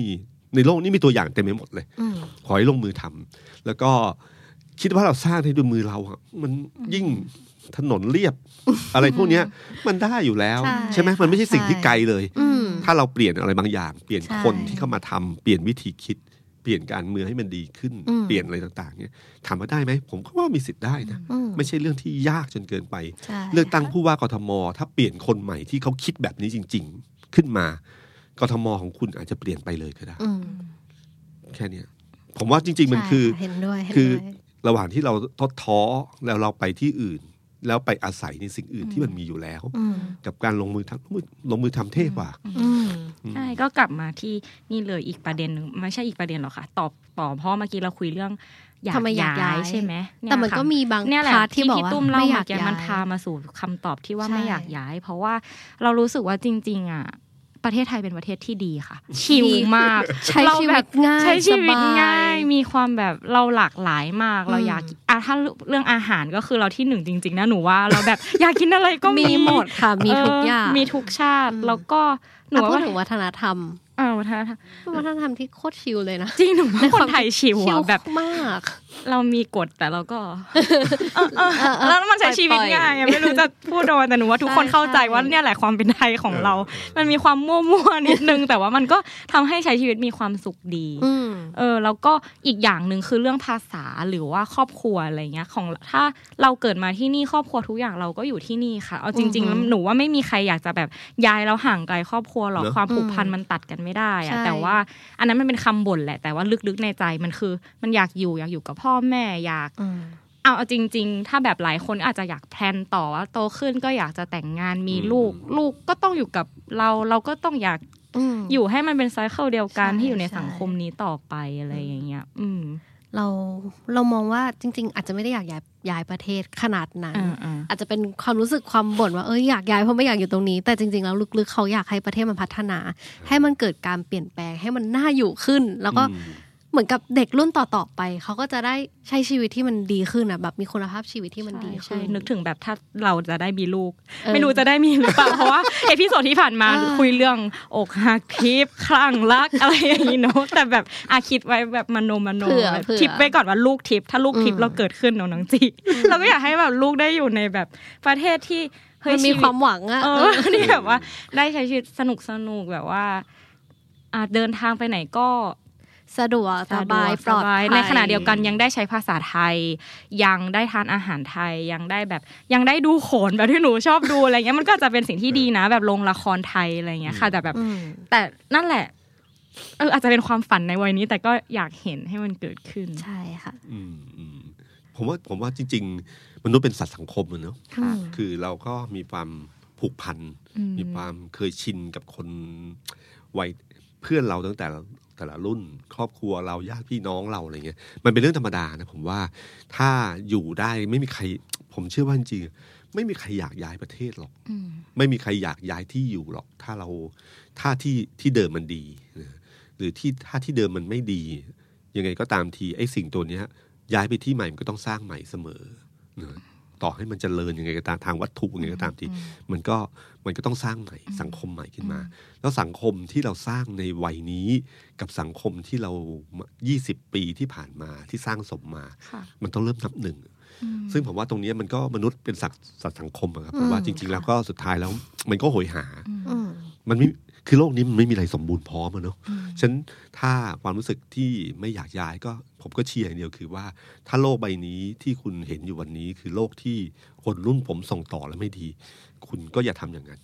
ในโลกนี้มีตัวอย่างเต็มไปหมดเลยขอให้ลงมือทำแล้วก็คิดว่าเราสร้างได้ด้วยมือเราอ่ะมันยิ่งถนนเรียบ อะไรพวกนี้มันได้อยู่แล้วใช่ไหมมันไม่ใช่สิ่งที่ไกลเลยถ้าเราเปลี่ยนอะไรบางอย่างเปลี่ยนคนที่เข้ามาทำเปลี่ยนวิธีคิดเปลี่ยนการเมืองให้มันดีขึ้นเปลี่ยนอะไรต่างๆเนี่ยถามว่าได้ไหมผมก็ว่ามีสิทธิ์ได้นะไม่ใช่เรื่องที่ยากจนเกินไปเลือกตั้งผู้ว่ากทมถ้าเปลี่ยนคนใหม่ที่เขาคิดแบบนี้จริงๆขึ้นมากทมของคุณอาจจะเปลี่ยนไปเลยก็ได้แค่นี้ผมว่าจริงๆมันคือคือระหว่างที่เราท้อท้อแล้วเราไปที่อื่นแล้วไปอาศัยในสิ่งอื่นที่มันมีอยู่แล้วกับการลงมือทำลงมือทำเท่กว่าใช่ก็กลับมาที่นี่เลยอีกประเด็นนึงไม่ใช่อีกประเด็นหรอกค่ะตอบต่อเพราะเมื่อกี้เราคุยเรื่องอยากย้ายใช่ไหมแต่มันก็มีบางพาร์ทที่บอกว่าไม่อยากย้ายมันพามาสู่คำตอบที่ว่าไม่อยากย้ายเพราะว่าเรารู้สึกว่าจริงๆอ่ะประเทศไทยเป็นประเทศที่ดีค่ะชิลมากใช้ชีวิตง่ายใช้ชีวิตง่ายมีความแบบเราหลากหลายมากเราอยากอ่ะถ้าเรื่องอาหารก็คือเราที่หนึ่งจริงๆนะหนูว่าเราแบบอยากกินอะไรก็มีหมดค่ะมีทุกอย่างมีทุกชาติแล้วก็หนูว่าถึงวัฒนธรรมอ่าวัฒนธรรมวัฒนธรรมที่โคตรชิลเลยนะจริงหนูว่าคนไทยชิลแบบมากเรามีกฎแต่เราก็แล้วมันใช้ชีวิตง่ายไม่รู้จะพูดโดนแต่หนูว่าทุกคนเข้าใจว่าเนี่ยแหละความเป็นไทยของเรามันมีความมั่วๆนิดนึงแต่ว่ามันก็ทำให้ใช้ชีวิตมีความสุขดีเออแล้วก็อีกอย่างนึงคือเรื่องภาษาหรือว่าครอบครัวอะไรเงี้ยของถ้าเราเกิดมาที่นี่ครอบครัวทุกอย่างเราก็อยู่ที่นี่ค่ะเอาจริงๆแล้วหนูว่าไม่มีใครอยากจะแบบย้ายแล้วห่างไกลครอบครัวหรอกความผูกพันมันตัดกันไม่ได้อะแต่ว่าอันนั้นมันเป็นคำบ่นแหละแต่ว่าลึกๆในใจมันคือมันอยากอยู่อยากอยู่กับพ่อแม่อยากเอาเอาจริงๆถ้าแบบหลายคนอาจจะอยากแพลนต่อว่าโตขึ้นก็อยากจะแต่งงานมีลูกลูกก็ต้องอยู่กับเราเราก็ต้องอยากอยู่ให้มันเป็นไซเคิลเดียวกันที่อยู่ในสังคมนี้ต่อไปอะไรอย่างเงี้ยอืมเราเรามองว่าจริงๆอาจจะไม่ได้อยากย้ายย้ายประเทศขนาดนั้น อ, อาจจะเป็นความรู้สึกความบ่นว่าเอ้ยอยากย้ายเพราะไม่อยากอยู่ตรงนี้แต่จริงๆแล้วลึกๆเขาอยากให้ประเทศมันพัฒนาให้มันเกิดการเปลี่ยนแปลงให้มันน่าอยู่ขึ้นแล้วก็เหมือนกับเด็กรุ่นต่อๆไปเขาก็จะได้ใช้ชีวิตที่มันดีขึ้นอ่ะแบบมีคุณภาพชีวิตที่มันดีขึ้นนึกถึงแบบถ้าเราจะได้มีลูกไม่รู้จะได้มีหรือเปล่าเพราะว่าเอพิโซดที่ผ่านมาคุยเรื่องอกหักทิพย์คลั่งรักอะไรอย่างนี้เนาะแต่แบบอาคิดไว้แบบมโนมโนทิพย์ไว้ก่อนว่าลูกทิพย์ถ้าลูกทิพย์เราเกิดขึ้นเนาะน้องจีเราก็อยากให้แบบลูกได้อยู่ในแบบประเทศที่เฮ้ยมีความหวังอ่ะนี่แบบว่าได้ใช้ชีวิตสนุกสนุกแบบว่าเดินทางไปไหนก็สะดวกสบายปลอดภัยในขณะเดียวกันยังได้ใช้ภาษาไทยยังได้ทานอาหารไทยยังได้แบบยังได้ดูโขนแบบที่หนูชอบดูอะไรเงี้ยมันก็จะเป็นสิ่งที่ดีนะแบบลงละครไทยอะไรเงี้ยค่ะแต่แบบแต่นั่นแหละเอออาจจะเป็นความฝันในวัยนี้แต่ก็อยากเห็นให้มันเกิดขึ้นใช่ค่ะผมว่าผมว่าจริงๆมนุษย์เป็นสัตว์สังคมเนอะคือเราก็มีความผูกพันมีความเคยชินกับคนวัยเพื่อนเราตั้งแต่แต่ละรุ่นครอบครัวเราญาติพี่น้องเราอะไรเงี้ยมันเป็นเรื่องธรรมดานะผมว่าถ้าอยู่ได้ไม่มีใครผมเชื่อว่าจริงๆไม่มีใครอยากย้ายประเทศหรอกไม่มีใครอยากย้ายที่อยู่หรอกถ้าเราถ้าที่ที่เดิมมันดีหรือที่ถ้าที่เดิมมันไม่ดียังไงก็ตามทีไอ้สิ่งตัวนี้ย้ายไปที่ใหม่มันก็ต้องสร้างใหม่เสมอต่อให้มันเจริญยังไงก็ตามทางวัตถุยังไงก็ตามทีมันก็มันก็ต้องสร้างใหม่สังคมใหม่ขึ้นมาแล้วสังคมที่เราสร้างในวัยนี้กับสังคมที่เรายี่สิบปีที่ผ่านมาที่สร้างสมมามันต้องเริ่มนับหนึ่งซึ่งผมว่าตรงนี้มันก็มนุษย์เป็นสัตว์สัตว์สังคมอะครับผมว่าจริงๆแล้วก็สุดท้ายแล้วมันก็โหยหามันไม่คือโลกนี้มันไม่มีอะไรสมบูรณ์พร้อมอะเนาะฉะนั้นถ้าความรู้สึกที่ไม่อยากย้ายก็ผมก็เชียร์อย่างเดียวคือว่าถ้าโลกใบนี้ที่คุณเห็นอยู่วันนี้คือโลกที่คนรุ่นผมส่งต่อแล้วไม่ดีคุณก็อย่าทำอย่างนั้น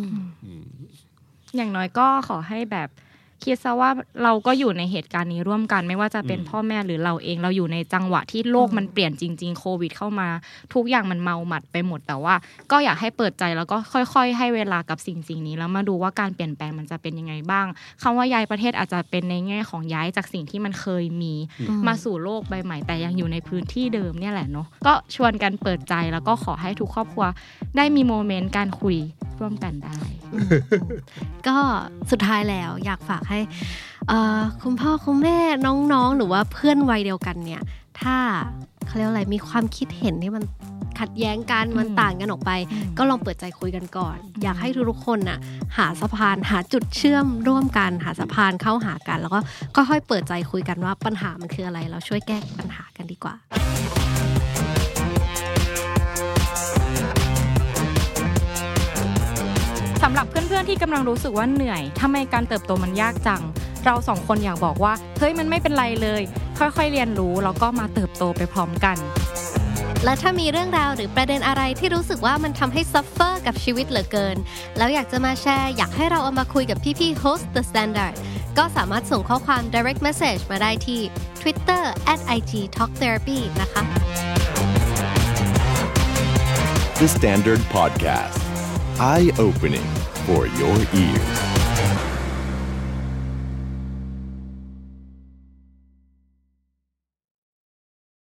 อย่างน้อยก็ขอให้แบบคิดซะว่าเราก็อยู่ในเหตุการณ์นี้ร่วมกันไม่ว่าจะเป็นพ่อแม่หรือเราเองเราอยู่ในจังหวะที่โลกมันเปลี่ยนจริงๆโควิดเข้ามาทุกอย่างมันเมาหมัดไปหมดแต่ว่าก็อยากให้เปิดใจแล้วก็ค่อยๆให้เวลากับสิ่งสิ่งนี้แล้วมาดูว่าการเปลี่ยนแปลงมันจะเป็นยังไงบ้างคำว่าย้ายประเทศอาจจะเป็นในแง่ของย้ายจากสิ่งที่มันเคยมีมาสู่โลกใบใหม่แต่ยังอยู่ในพื้นที่เดิมเนี่ยแหละเนาะก็ชวนกันเปิดใจแล้วก็ขอให้ทุกครอบครัวได้มีโมเมนต์การคุยร่วมกันได้ก็สุดท้ายแล้วอยากฝากให้คุณพ่อคุณแม่น้องๆหรือว่าเพื่อนวัยเดียวกันเนี่ยถ้าเขาเรียกอะไรมีความคิดเห็นที่มันขัดแย้งกันมันต่างกันออกไปก็ลองเปิดใจคุยกันก่อนอยากให้ทุกๆคนน่ะหาสะพานหาจุดเชื่อมร่วมกันหาสะพานเข้าหากันแล้วก็ค่อยๆเปิดใจคุยกันว่าปัญหามันคืออะไรเราช่วยแก้ปัญหากันดีกว่าสำหรับเพื่อนๆที่กำลังรู้สึกว่าเหนื่อยทำไมการเติบโตมันยากจังเราสองคนอยากบอกว่าเฮ้ยมันไม่เป็นไรเลยค่อยๆเรียนรู้แล้วก็มาเติบโตไปพร้อมกันและถ้ามีเรื่องราวหรือประเด็นอะไรที่รู้สึกว่ามันทำให้ซัฟเฟอร์กับชีวิตเหลือเกินแล้วอยากจะมาแชร์อยากให้เราเอามาคุยกับพี่ๆ host the standard ก็สามารถส่งข้อความ direct message มาได้ที่ Twitter at ไอ จี talk therapy นะคะ The Standard Podcast Eye Opening for your ears